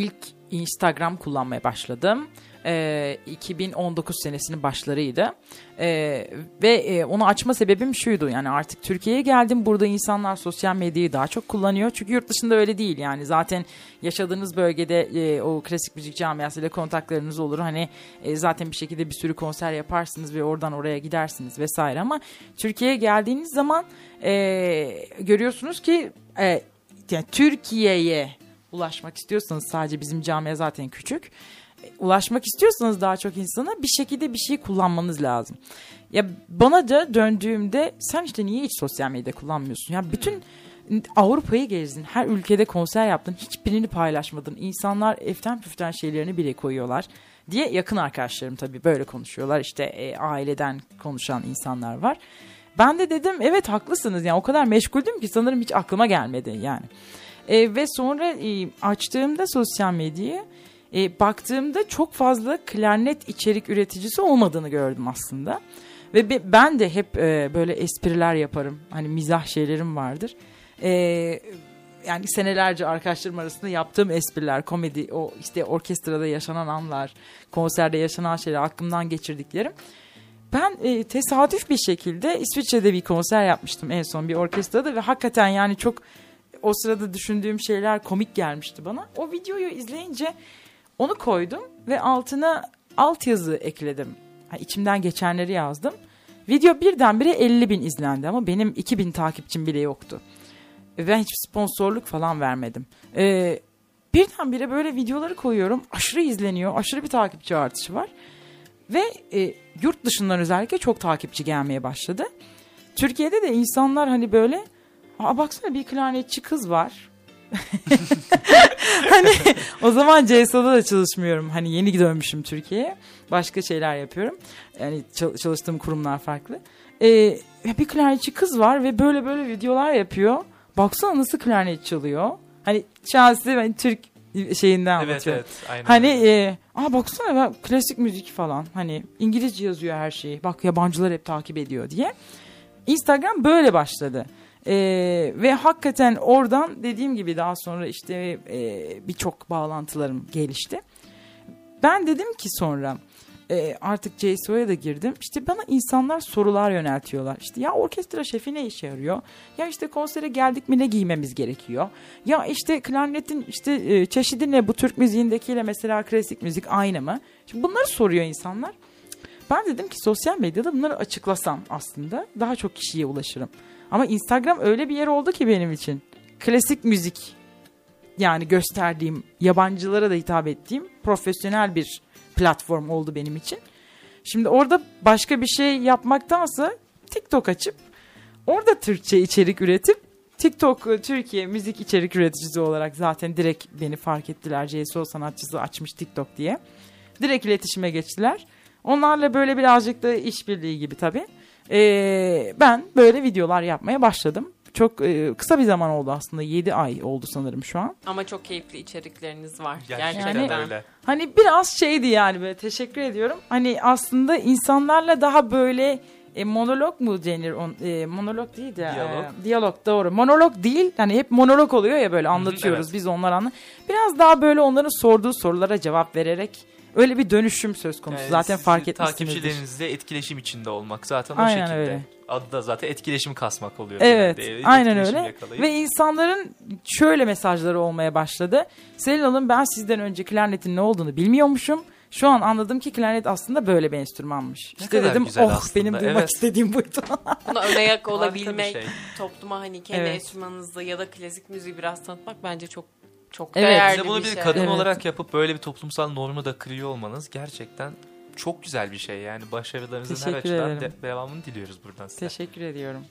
Instagram kullanmaya başladım. E, iki bin on dokuz senesinin başlarıydı. E, ve e, onu açma sebebim şuydu. Yani artık Türkiye'ye geldim. Burada insanlar sosyal medyayı daha çok kullanıyor. Çünkü yurt dışında öyle değil. Yani zaten yaşadığınız bölgede e, o klasik müzik camiasıyla kontaklarınız olur. Hani e, zaten bir şekilde bir sürü konser yaparsınız ve oradan oraya gidersiniz vesaire. Ama Türkiye'ye geldiğiniz zaman e, görüyorsunuz ki e, yani Türkiye'ye ulaşmak istiyorsanız, sadece bizim camia zaten küçük, ulaşmak istiyorsanız daha çok insana bir şekilde bir şey kullanmanız lazım. Ya bana da döndüğümde sen işte niye hiç sosyal medya kullanmıyorsun? Ya bütün Avrupa'yı gezdin, her ülkede konser yaptın, hiçbirini paylaşmadın. İnsanlar eften püften şeylerini bile koyuyorlar diye yakın arkadaşlarım tabii böyle konuşuyorlar. İşte e, aileden konuşan insanlar var. Ben de dedim evet haklısınız, yani o kadar meşguldüm ki sanırım hiç aklıma gelmedi yani. E, ve sonra e, açtığımda sosyal medyayı, e, baktığımda çok fazla klarnet içerik üreticisi olmadığını gördüm aslında. Ve be, ben de hep e, böyle espriler yaparım. Hani mizah şeylerim vardır. E, yani senelerce arkadaşlarım arasında yaptığım espriler, komedi, o işte orkestrada yaşanan anlar, konserde yaşanan şeyler, aklımdan geçirdiklerim. Ben e, tesadüf bir şekilde İsviçre'de bir konser yapmıştım en son bir orkestrada ve hakikaten yani çok o sırada düşündüğüm şeyler komik gelmişti bana. O videoyu izleyince onu koydum ve altına altyazı ekledim. Ha, içimden geçenleri yazdım. Video birdenbire elli bin izlendi ama benim iki bin takipçim bile yoktu. Ben hiç sponsorluk falan vermedim. Ee, birdenbire böyle videoları koyuyorum. Aşırı izleniyor. Aşırı bir takipçi artışı var. Ve e, yurt dışından özellikle çok takipçi gelmeye başladı. Türkiye'de de insanlar hani böyle, aa baksana bir klarnetçi kız var. Hani o zaman C S O'da da çalışmıyorum. Hani yeni dönmüşüm Türkiye'ye. Başka şeyler yapıyorum. Yani çalıştığım kurumlar farklı. Ee, bir klarnetçi kız var ve böyle böyle videolar yapıyor. Baksana nasıl klarnet çalıyor. Hani şahsi ben Türk şeyinden evet, anlatıyorum. Evet, aynen. Hani e, aa baksana ben klasik müzik falan. Hani İngilizce yazıyor her şeyi. Bak yabancılar hep takip ediyor diye. Instagram böyle başladı. Ee, ve hakikaten oradan dediğim gibi daha sonra işte e, birçok bağlantılarım gelişti. Ben dedim ki sonra e, artık C S O'ya da girdim. İşte bana insanlar sorular yöneltiyorlar. İşte ya orkestra şefi ne işe yarıyor? Ya işte konsere geldik mi ne giymemiz gerekiyor? Ya işte klarnetin işte e, çeşidi ne? Bu Türk müziğindekiyle mesela klasik müzik aynı mı? Şimdi bunları soruyor insanlar. Ben dedim ki sosyal medyada bunları açıklasam aslında daha çok kişiye ulaşırım. Ama Instagram öyle bir yer oldu ki benim için. Klasik müzik yani gösterdiğim, yabancılara da hitap ettiğim profesyonel bir platform oldu benim için. Şimdi orada başka bir şey yapmaktansa TikTok açıp orada Türkçe içerik üretip TikTok Türkiye müzik içerik üreticisi olarak zaten direkt beni fark ettiler. C S O sanatçısı açmış TikTok diye. Direkt iletişime geçtiler. Onlarla böyle birazcık da işbirliği gibi tabii. Ee, ben böyle videolar yapmaya başladım. Çok e, kısa bir zaman oldu aslında. yedi ay oldu sanırım şu an. Ama çok keyifli içerikleriniz var. Gerçekten Gerçekten. öyle. Hani biraz şeydi yani böyle teşekkür ediyorum. Hani aslında insanlarla daha böyle e, monolog mu denir? On, e, monolog değil de. Diyalog. E, diyalog doğru. Monolog değil. Hani hep monolog oluyor ya böyle anlatıyoruz. Evet. Biz onlar anla. Biraz daha böyle onların sorduğu sorulara cevap vererek öyle bir dönüşüm söz konusu. Yani zaten sizi fark etmişsinizdir. takipçilerinizle etkileşim içinde olmak zaten o Aynen şekilde. öyle. Adı da zaten etkileşim kasmak oluyor. Evet, genelde. aynen Etkileşim öyle. yakalayıp. Ve insanların şöyle mesajları olmaya başladı. Selin Hanım, ben sizden önce klarnetin ne olduğunu bilmiyormuşum. Şu an anladım ki klarnet aslında böyle bir enstrümanmış. Ne İşte kadar dedim güzel oh aslında, benim duymak evet. istediğim buydu. Buna ön ayak Harika bir olabilmek, şey. topluma hani kendi Evet. enstrümanınızı ya da klasik müziği biraz tanıtmak bence çok çok Evet. değerli Size bunu bir bir şey. kadın Evet. olarak yapıp böyle bir toplumsal normu da kırıyor olmanız gerçekten çok güzel bir şey. Yani başarılarınızın her Teşekkür açıdan ederim. de- devamını diliyoruz buradan size. Teşekkür ediyorum.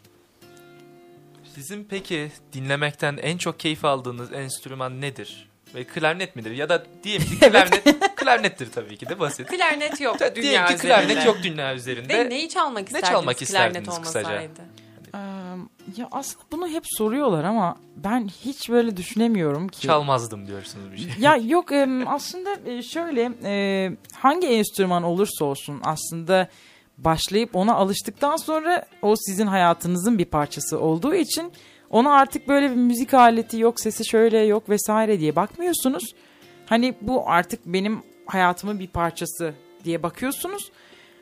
Sizin peki dinlemekten en çok keyif aldığınız enstrüman nedir? Ve klarnet midir? Ya da diyelim ki klarnet, klarnettir tabii ki de basit. Klarnet yok Diyelim dünya ki üzerinde. klarnet yok dünya üzerinde. Ve neyi çalmak Ne isterdiniz çalmak klarnet isterdiniz kısaca? olmasaydı? Ee, ya aslında bunu hep soruyorlar ama ben hiç böyle düşünemiyorum ki. Çalmazdım diyorsunuz bir şey. Ya yok em, aslında e, şöyle e, hangi enstrüman olursa olsun aslında başlayıp ona alıştıktan sonra o sizin hayatınızın bir parçası olduğu için ona artık böyle bir müzik aleti yok, sesi şöyle yok vesaire diye bakmıyorsunuz. Hani bu artık benim hayatımın bir parçası diye bakıyorsunuz.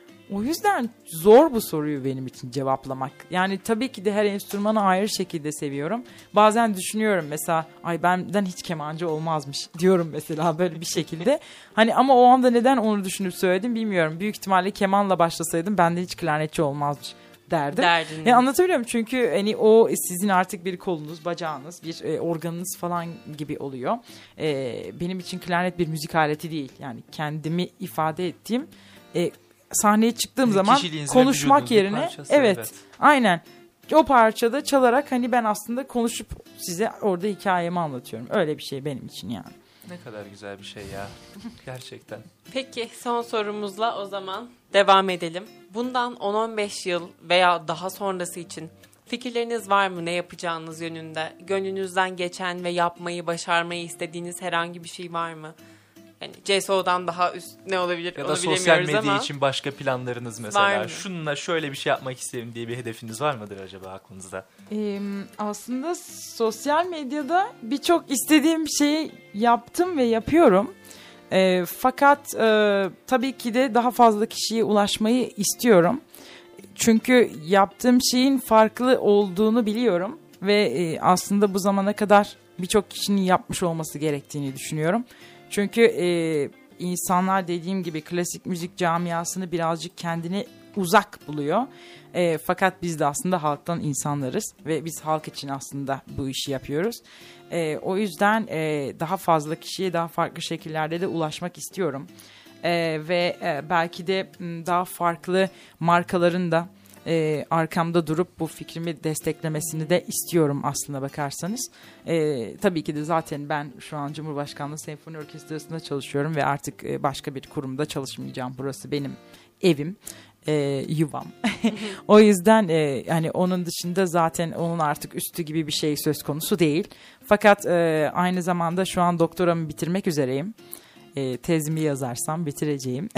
O yüzden zor bu soruyu benim için cevaplamak. Yani tabii ki de her enstrümanı ayrı şekilde seviyorum. Bazen düşünüyorum mesela, ay benden hiç kemancı olmazmış diyorum mesela böyle bir şekilde. Hani ama o anda neden onu düşünüp söyledim bilmiyorum. Büyük ihtimalle kemanla başlasaydım bende hiç klarnetçi olmazmış derdim. Derdiniz. E, anlatabiliyor muyum? Çünkü hani o sizin artık bir kolunuz, bacağınız, bir e, organınız falan gibi oluyor. E, benim için klarnet bir müzik aleti değil. Yani kendimi ifade ettiğim, e, sahneye çıktığım zaman Kişiliğinizin ve konuşmak vücudunuzun yerine parçası, evet, evet. aynen o parçada çalarak hani ben aslında konuşup size orada hikayemi anlatıyorum. Öyle bir şey benim için yani. Ne kadar güzel bir şey ya. Gerçekten. Peki son sorumuzla o zaman devam edelim. Bundan on on beş yıl veya daha sonrası için fikirleriniz var mı ne yapacağınız yönünde? Gönlünüzden geçen ve yapmayı, başarmayı istediğiniz herhangi bir şey var mı? Yani C S O'dan daha üst ne olabilir Ya onu da sosyal bilemiyoruz medya ama. için başka planlarınız Var mesela. mı? Şununla şöyle bir şey yapmak isterim diye bir hedefiniz var mıdır acaba aklınızda? Ee, aslında sosyal medyada birçok istediğim bir şeyi yaptım ve yapıyorum. Ee, fakat e, tabii ki de daha fazla kişiye ulaşmayı istiyorum. Çünkü yaptığım şeyin farklı olduğunu biliyorum ve e, aslında bu zamana kadar birçok kişinin yapmış olması gerektiğini düşünüyorum. Çünkü e, insanlar dediğim gibi klasik müzik camiasını birazcık kendine uzak buluyor. E, fakat biz de aslında halktan insanlarız ve biz halk için aslında bu işi yapıyoruz. E, o yüzden e, daha fazla kişiye daha farklı şekillerde de ulaşmak istiyorum. E, ve e, belki de m, daha farklı markaların da e, arkamda durup bu fikrimi desteklemesini de istiyorum aslına bakarsanız. E, tabii ki de zaten ben şu an Cumhurbaşkanlığı Senfoni Orkestrası'nda çalışıyorum ve artık e, başka bir kurumda çalışmayacağım. Burası benim evim. E, yuvam. O yüzden e, hani onun dışında zaten onun artık üstü gibi bir şey söz konusu değil. Fakat e, aynı zamanda şu an doktoramı bitirmek üzereyim. E, tezimi yazarsam bitireceğim.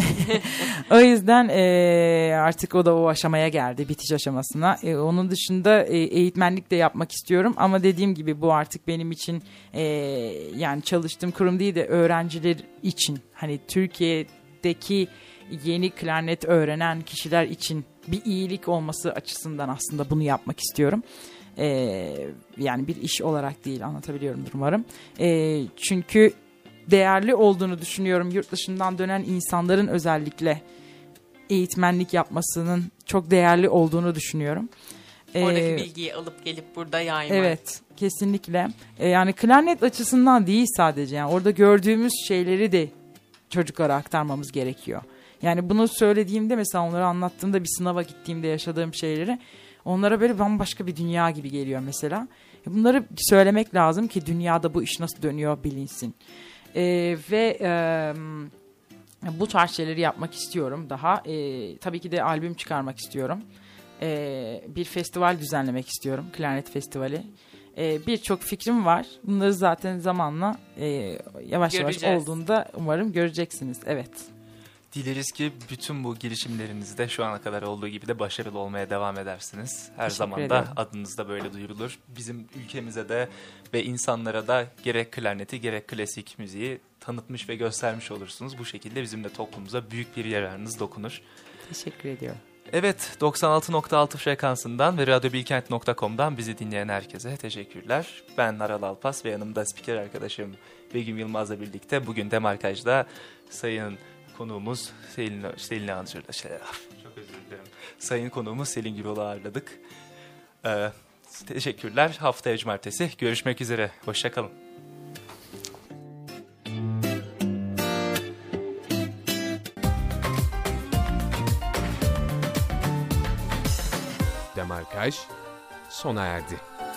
O yüzden e, artık o da o aşamaya geldi, bitiş aşamasına. E, onun dışında e, eğitmenlik de yapmak istiyorum ama dediğim gibi bu artık benim için e, yani çalıştığım kurum değil de öğrenciler için, hani Türkiye'deki yeni klarnet öğrenen kişiler için bir iyilik olması açısından aslında bunu yapmak istiyorum. Ee, yani bir iş olarak değil, anlatabiliyorumdur umarım. Ee, çünkü değerli olduğunu düşünüyorum yurt dışından dönen insanların özellikle eğitmenlik yapmasının çok değerli olduğunu düşünüyorum. Oradaki Ee, bilgiyi alıp gelip burada yaymak. Evet, kesinlikle. Ee, yani klarnet açısından değil sadece, yani orada gördüğümüz şeyleri de çocuklara aktarmamız gerekiyor. Yani bunu söylediğimde mesela onlara anlattığımda bir sınava gittiğimde yaşadığım şeyleri onlara böyle bambaşka bir dünya gibi geliyor mesela. Bunları söylemek lazım ki dünyada bu iş nasıl dönüyor bilinsin. Ee, ve e, bu tarz şeyleri yapmak istiyorum daha. Ee, tabii ki de albüm çıkarmak istiyorum. Ee, bir festival düzenlemek istiyorum. Klarnet Festivali. Ee, birçok fikrim var. Bunları zaten zamanla e, yavaş Göreceğiz. yavaş olduğunda umarım göreceksiniz. Evet. Dileriz ki bütün bu girişimlerinizde şu ana kadar olduğu gibi de başarılı olmaya devam edersiniz. Her Teşekkür zaman da ederim. adınız da böyle duyurulur. Bizim ülkemize de ve insanlara da gerek klarneti gerek klasik müziği tanıtmış ve göstermiş olursunuz. Bu şekilde bizim de toplumumuza büyük bir yararınız dokunur. Teşekkür ediyorum. Evet, doksan altı nokta altı frekansından ve radyo bilkent nokta com'dan bizi dinleyen herkese teşekkürler. Ben Aral Alpas ve yanımda spiker arkadaşım Begüm Yılmaz'la birlikte bugün Demarkaj'da sayın konuğumuz Selin, Selin Anzur'da şey, çok özür dilerim. Sayın konuğumuz Selin Gürol'u ağırladık. Ee, teşekkürler. Haftaya cumartesi görüşmek üzere. Hoşçakalın. Demarkaj sona erdi.